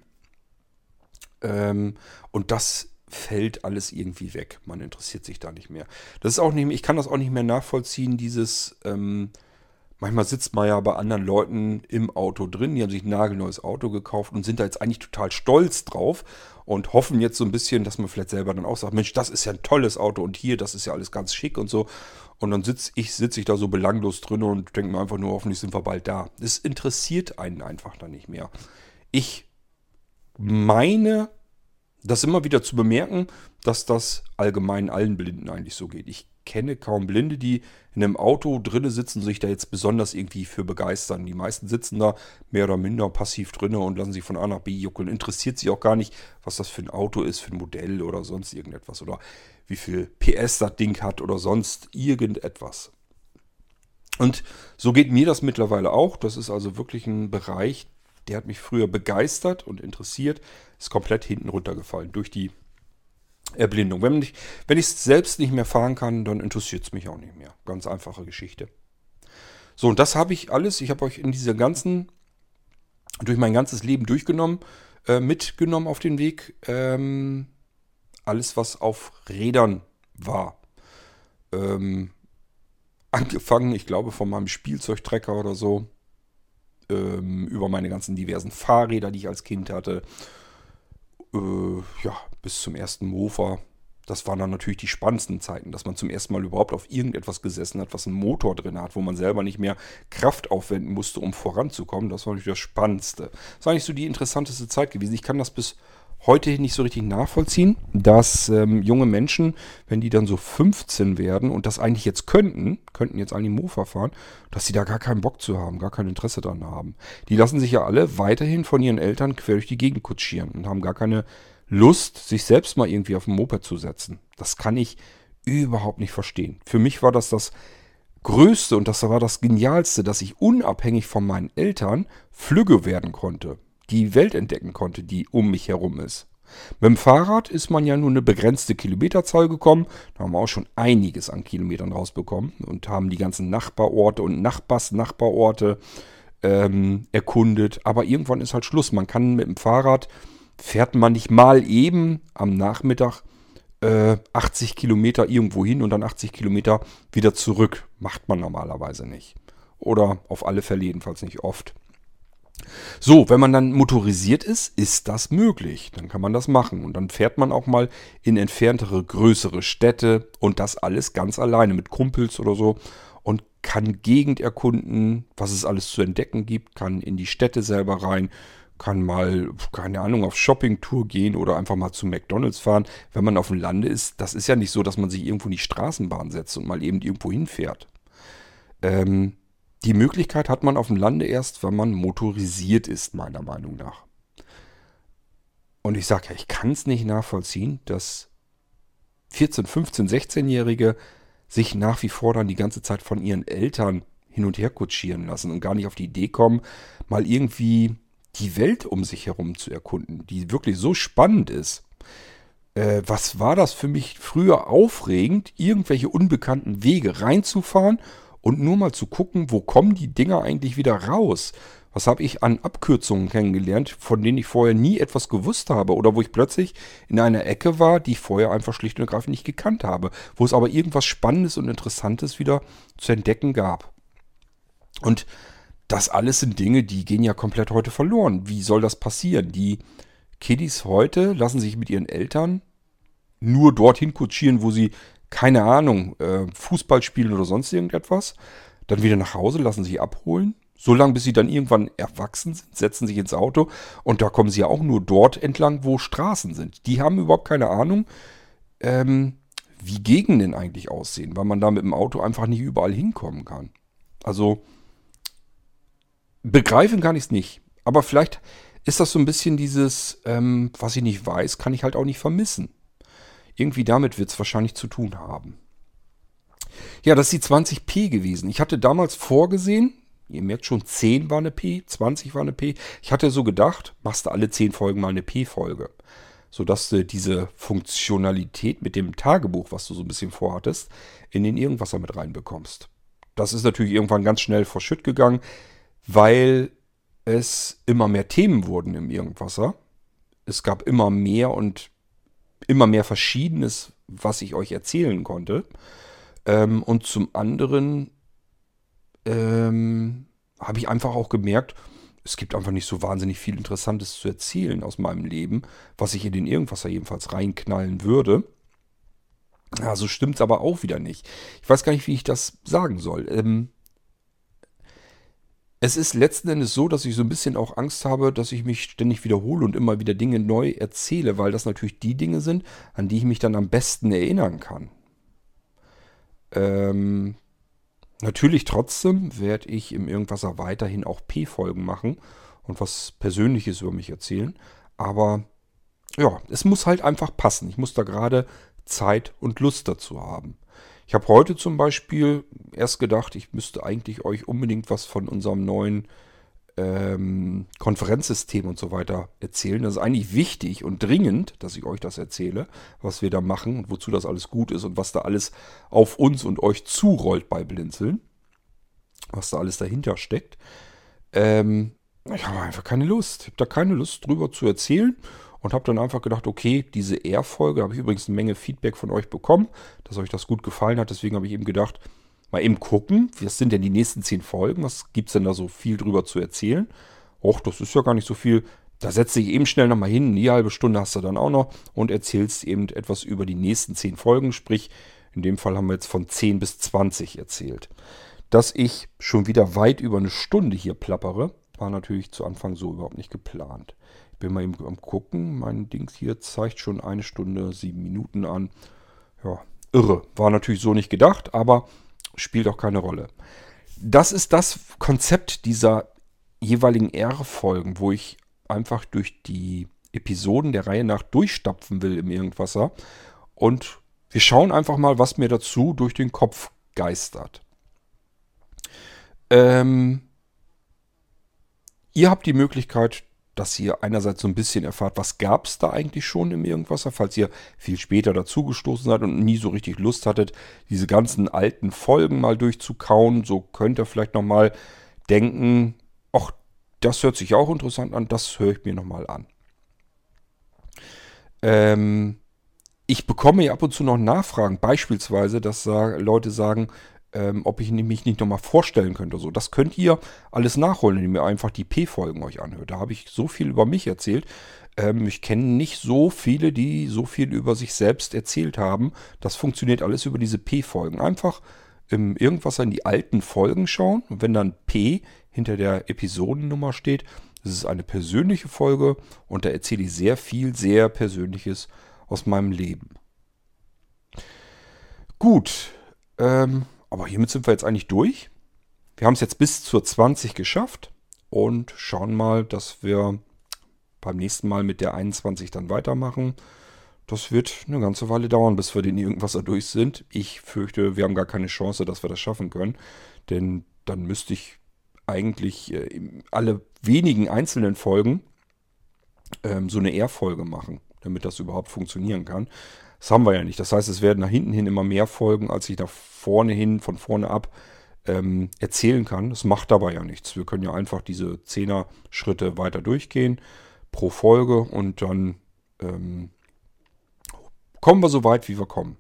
Und das fällt alles irgendwie weg. Man interessiert sich da nicht mehr. Das ist auch nicht mehr, ich kann das auch nicht mehr nachvollziehen, dieses, manchmal sitzt man ja bei anderen Leuten im Auto drin, die haben sich ein nagelneues Auto gekauft und sind da jetzt eigentlich total stolz drauf und hoffen jetzt so ein bisschen, dass man vielleicht selber dann auch sagt, Mensch, das ist ja ein tolles Auto und hier, das ist ja alles ganz schick und so. Und dann sitze ich da so belanglos drin und denke mir einfach nur, hoffentlich sind wir bald da. Das interessiert einen einfach dann nicht mehr. Ich meine, das immer wieder zu bemerken, dass das allgemein allen Blinden eigentlich so geht. Ich kenne kaum Blinde, die in einem Auto drinne sitzen und sich da jetzt besonders irgendwie für begeistern. Die meisten sitzen da mehr oder minder passiv drinne und lassen sich von A nach B juckeln. Interessiert sich auch gar nicht, was das für ein Auto ist, für ein Modell oder sonst irgendetwas. Oder wie viel PS das Ding hat oder sonst irgendetwas. Und so geht mir das mittlerweile auch. Das ist also wirklich ein Bereich, der hat mich früher begeistert und interessiert, ist komplett hinten runtergefallen durch die Erblindung. Wenn ich es selbst nicht mehr fahren kann, dann interessiert es mich auch nicht mehr. Ganz einfache Geschichte. So, und das habe ich alles, ich habe euch in dieser ganzen, durch mein ganzes Leben mitgenommen auf den Weg. Alles, was auf Rädern war. Angefangen, ich glaube, von meinem Spielzeugtrecker oder so. Über meine ganzen diversen Fahrräder, die ich als Kind hatte. Ja, bis zum ersten Mofa. Das waren dann natürlich die spannendsten Zeiten, dass man zum ersten Mal überhaupt auf irgendetwas gesessen hat, was einen Motor drin hat, wo man selber nicht mehr Kraft aufwenden musste, um voranzukommen. Das war natürlich das Spannendste. Das war eigentlich so die interessanteste Zeit gewesen. Ich kann das bis heute nicht so richtig nachvollziehen, dass junge Menschen, wenn die dann so 15 werden und das eigentlich jetzt könnten jetzt eigentlich Mofa fahren, dass sie da gar keinen Bock zu haben, gar kein Interesse dran haben. Die lassen sich ja alle weiterhin von ihren Eltern quer durch die Gegend kutschieren und haben gar keine Lust, sich selbst mal irgendwie auf ein Moped zu setzen. Das kann ich überhaupt nicht verstehen. Für mich war das Größte und das war das Genialste, dass ich unabhängig von meinen Eltern flügge werden konnte. Die Welt entdecken konnte, die um mich herum ist. Mit dem Fahrrad ist man ja nur eine begrenzte Kilometerzahl gekommen. Da haben wir auch schon einiges an Kilometern rausbekommen und haben die ganzen Nachbarorte und Nachbarorte erkundet. Aber irgendwann ist halt Schluss. Man kann mit dem Fahrrad, fährt man nicht mal eben am Nachmittag 80 Kilometer irgendwo hin und dann 80 Kilometer wieder zurück. Macht man normalerweise nicht. Oder auf alle Fälle jedenfalls nicht oft. So, wenn man dann motorisiert ist das möglich. Dann kann man das machen. Und dann fährt man auch mal in entferntere, größere Städte und das alles ganz alleine mit Kumpels oder so und kann Gegend erkunden, was es alles zu entdecken gibt, kann in die Städte selber rein, kann mal, keine Ahnung, auf Shoppingtour gehen oder einfach mal zu McDonald's fahren. Wenn man auf dem Lande ist, das ist ja nicht so, dass man sich irgendwo in die Straßenbahn setzt und mal eben irgendwo hinfährt. Die Möglichkeit hat man auf dem Lande erst, wenn man motorisiert ist, meiner Meinung nach. Und ich sage ja, ich kann es nicht nachvollziehen, dass 14, 15, 16-Jährige sich nach wie vor dann die ganze Zeit von ihren Eltern hin und her kutschieren lassen und gar nicht auf die Idee kommen, mal irgendwie die Welt um sich herum zu erkunden, die wirklich so spannend ist. Was war das für mich früher aufregend, irgendwelche unbekannten Wege reinzufahren und nur mal zu gucken, wo kommen die Dinger eigentlich wieder raus? Was habe ich an Abkürzungen kennengelernt, von denen ich vorher nie etwas gewusst habe oder wo ich plötzlich in einer Ecke war, die ich vorher einfach schlicht und ergreifend nicht gekannt habe, wo es aber irgendwas Spannendes und Interessantes wieder zu entdecken gab. Und das alles sind Dinge, die gehen ja komplett heute verloren. Wie soll das passieren? Die Kiddies heute lassen sich mit ihren Eltern nur dorthin kutschieren, wo sie, keine Ahnung, Fußball spielen oder sonst irgendetwas. Dann wieder nach Hause, lassen sich abholen. So lange, bis sie dann irgendwann erwachsen sind, setzen sich ins Auto. Und da kommen sie ja auch nur dort entlang, wo Straßen sind. Die haben überhaupt keine Ahnung, wie Gegenden eigentlich aussehen, weil man da mit dem Auto einfach nicht überall hinkommen kann. Also begreifen kann ich es nicht. Aber vielleicht ist das so ein bisschen dieses, was ich nicht weiß, kann ich halt auch nicht vermissen. Irgendwie damit wird es wahrscheinlich zu tun haben. Ja, das ist die 20p gewesen. Ich hatte damals vorgesehen, ihr merkt schon, 10 war eine P, 20 war eine P. Ich hatte so gedacht, machst du alle 10 Folgen mal eine P-Folge. Sodass du diese Funktionalität mit dem Tagebuch, was du so ein bisschen vorhattest, in den Irgendwasser mit reinbekommst. Das ist natürlich irgendwann ganz schnell verschütt gegangen, weil es immer mehr Themen wurden im Irgendwasser. Es gab immer mehr und immer mehr Verschiedenes, was ich euch erzählen konnte. Und zum anderen habe ich einfach auch gemerkt, es gibt einfach nicht so wahnsinnig viel Interessantes zu erzählen aus meinem Leben, was ich in den Irgendwasser jedenfalls reinknallen würde. Ja, so stimmt es aber auch wieder nicht. Ich weiß gar nicht, wie ich das sagen soll. Es ist letzten Endes so, dass ich so ein bisschen auch Angst habe, dass ich mich ständig wiederhole und immer wieder Dinge neu erzähle, weil das natürlich die Dinge sind, an die ich mich dann am besten erinnern kann. Natürlich trotzdem werde ich im Irgendwasser weiterhin auch P-Folgen machen und was Persönliches über mich erzählen. Aber ja, es muss halt einfach passen. Ich muss da gerade Zeit und Lust dazu haben. Ich habe heute zum Beispiel erst gedacht, ich müsste eigentlich euch unbedingt was von unserem neuen Konferenzsystem und so weiter erzählen. Das ist eigentlich wichtig und dringend, dass ich euch das erzähle, was wir da machen und wozu das alles gut ist und was da alles auf uns und euch zurollt bei Blinzeln. Was da alles dahinter steckt. Ich habe einfach keine Lust. Ich habe da keine Lust drüber zu erzählen. Und habe dann einfach gedacht, okay, diese R-Folge, habe ich übrigens eine Menge Feedback von euch bekommen, dass euch das gut gefallen hat. Deswegen habe ich eben gedacht, mal eben gucken, was sind denn die nächsten 10 Folgen? Was gibt es denn da so viel drüber zu erzählen? Och, das ist ja gar nicht so viel. Da setzt dich eben schnell nochmal hin. Die halbe Stunde hast du dann auch noch und erzählst eben etwas über die nächsten 10 Folgen. Sprich, in dem Fall haben wir jetzt von 10 bis 20 erzählt. Dass ich schon wieder weit über eine Stunde hier plappere, war natürlich zu Anfang so überhaupt nicht geplant. Ich bin mal eben am Gucken. Mein Dings hier zeigt schon 1 Stunde 7 Minuten an. Ja, irre. War natürlich so nicht gedacht, aber spielt auch keine Rolle. Das ist das Konzept dieser jeweiligen R-Folgen, wo ich einfach durch die Episoden der Reihe nach durchstapfen will im Irgendwasser. Und wir schauen einfach mal, was mir dazu durch den Kopf geistert. Ihr habt die Möglichkeit, dass ihr einerseits so ein bisschen erfahrt, was gab es da eigentlich schon im Irgendwasser, falls ihr viel später dazugestoßen seid und nie so richtig Lust hattet, diese ganzen alten Folgen mal durchzukauen. So könnt ihr vielleicht nochmal denken, ach, das hört sich auch interessant an, das höre ich mir nochmal an. Ich bekomme ja ab und zu noch Nachfragen, beispielsweise, dass Leute sagen, ob ich mich nicht nochmal vorstellen könnte. So, das könnt ihr alles nachholen, indem ihr einfach die P-Folgen euch anhört. Da habe ich so viel über mich erzählt. Ich kenne nicht so viele, die so viel über sich selbst erzählt haben. Das funktioniert alles über diese P-Folgen. Einfach irgendwas in die alten Folgen schauen. Und wenn dann P hinter der Episodennummer steht, das ist eine persönliche Folge und da erzähle ich sehr viel, sehr Persönliches aus meinem Leben. Gut, aber hiermit sind wir jetzt eigentlich durch. Wir haben es jetzt bis zur 20 geschafft und schauen mal, dass wir beim nächsten Mal mit der 21 dann weitermachen. Das wird eine ganze Weile dauern, bis wir den Irgendwasser durch sind. Ich fürchte, wir haben gar keine Chance, dass wir das schaffen können. Denn dann müsste ich eigentlich alle wenigen einzelnen Folgen so eine R-Folge machen, damit das überhaupt funktionieren kann. Das haben wir ja nicht. Das heißt, es werden nach hinten hin immer mehr Folgen, als ich nach vorne hin, von vorne ab erzählen kann. Das macht dabei ja nichts. Wir können ja einfach diese 10er-Schritte weiter durchgehen pro Folge und dann kommen wir so weit, wie wir kommen.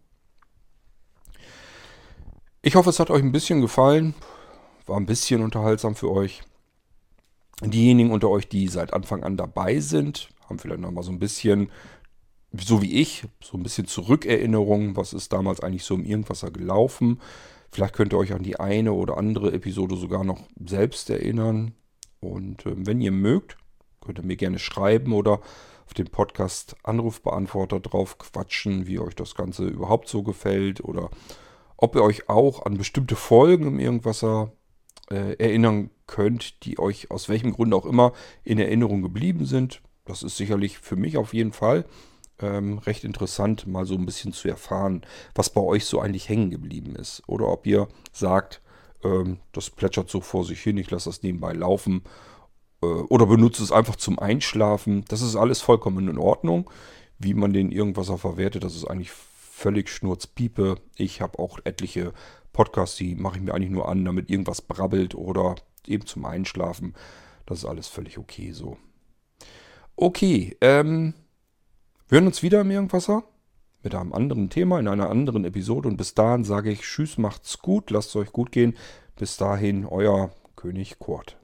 Ich hoffe, es hat euch ein bisschen gefallen. War ein bisschen unterhaltsam für euch. Diejenigen unter euch, die seit Anfang an dabei sind, haben vielleicht noch mal so ein bisschen, so wie ich, so ein bisschen Zurückerinnerungen, was ist damals eigentlich so im Irgendwasser gelaufen. Vielleicht könnt ihr euch an die eine oder andere Episode sogar noch selbst erinnern. Und wenn ihr mögt, könnt ihr mir gerne schreiben oder auf den Podcast Anrufbeantworter drauf quatschen, wie euch das Ganze überhaupt so gefällt oder ob ihr euch auch an bestimmte Folgen im Irgendwasser erinnern könnt, die euch aus welchem Grund auch immer in Erinnerung geblieben sind. Das ist sicherlich für mich auf jeden Fall recht interessant, mal so ein bisschen zu erfahren, was bei euch so eigentlich hängen geblieben ist. Oder ob ihr sagt, das plätschert so vor sich hin, ich lasse das nebenbei laufen. Oder benutze es einfach zum Einschlafen. Das ist alles vollkommen in Ordnung. Wie man den Irgendwasser verwertet, das ist eigentlich völlig Schnurzpiepe. Ich habe auch etliche Podcasts, die mache ich mir eigentlich nur an, damit irgendwas brabbelt oder eben zum Einschlafen. Das ist alles völlig okay so. Okay, wir hören uns wieder im Irgendwasser mit einem anderen Thema in einer anderen Episode. Und bis dahin sage ich Tschüss, macht's gut, lasst es euch gut gehen. Bis dahin, euer König Kurt.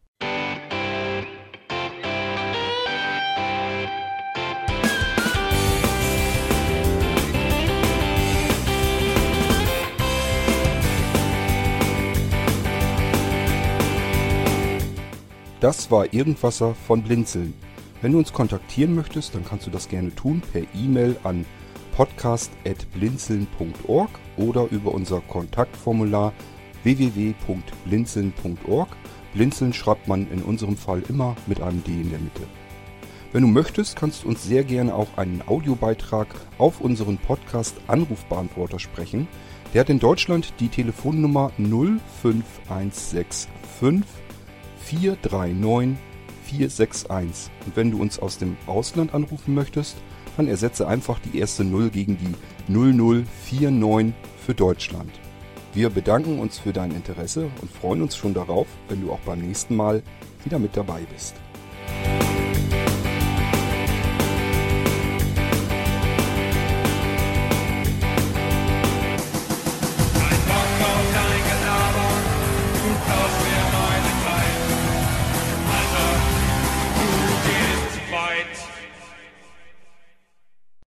Das war Irgendwasser von Blinzeln. Wenn du uns kontaktieren möchtest, dann kannst du das gerne tun per E-Mail an podcast@blinzeln.org oder über unser Kontaktformular www.blinzeln.org. Blinzeln schreibt man in unserem Fall immer mit einem D in der Mitte. Wenn du möchtest, kannst du uns sehr gerne auch einen Audiobeitrag auf unseren Podcast Anrufbeantworter sprechen. Der hat in Deutschland die Telefonnummer 05165 439 461. Und wenn du uns aus dem Ausland anrufen möchtest, dann ersetze einfach die erste 0 gegen die 0049 für Deutschland. Wir bedanken uns für dein Interesse und freuen uns schon darauf, wenn du auch beim nächsten Mal wieder mit dabei bist.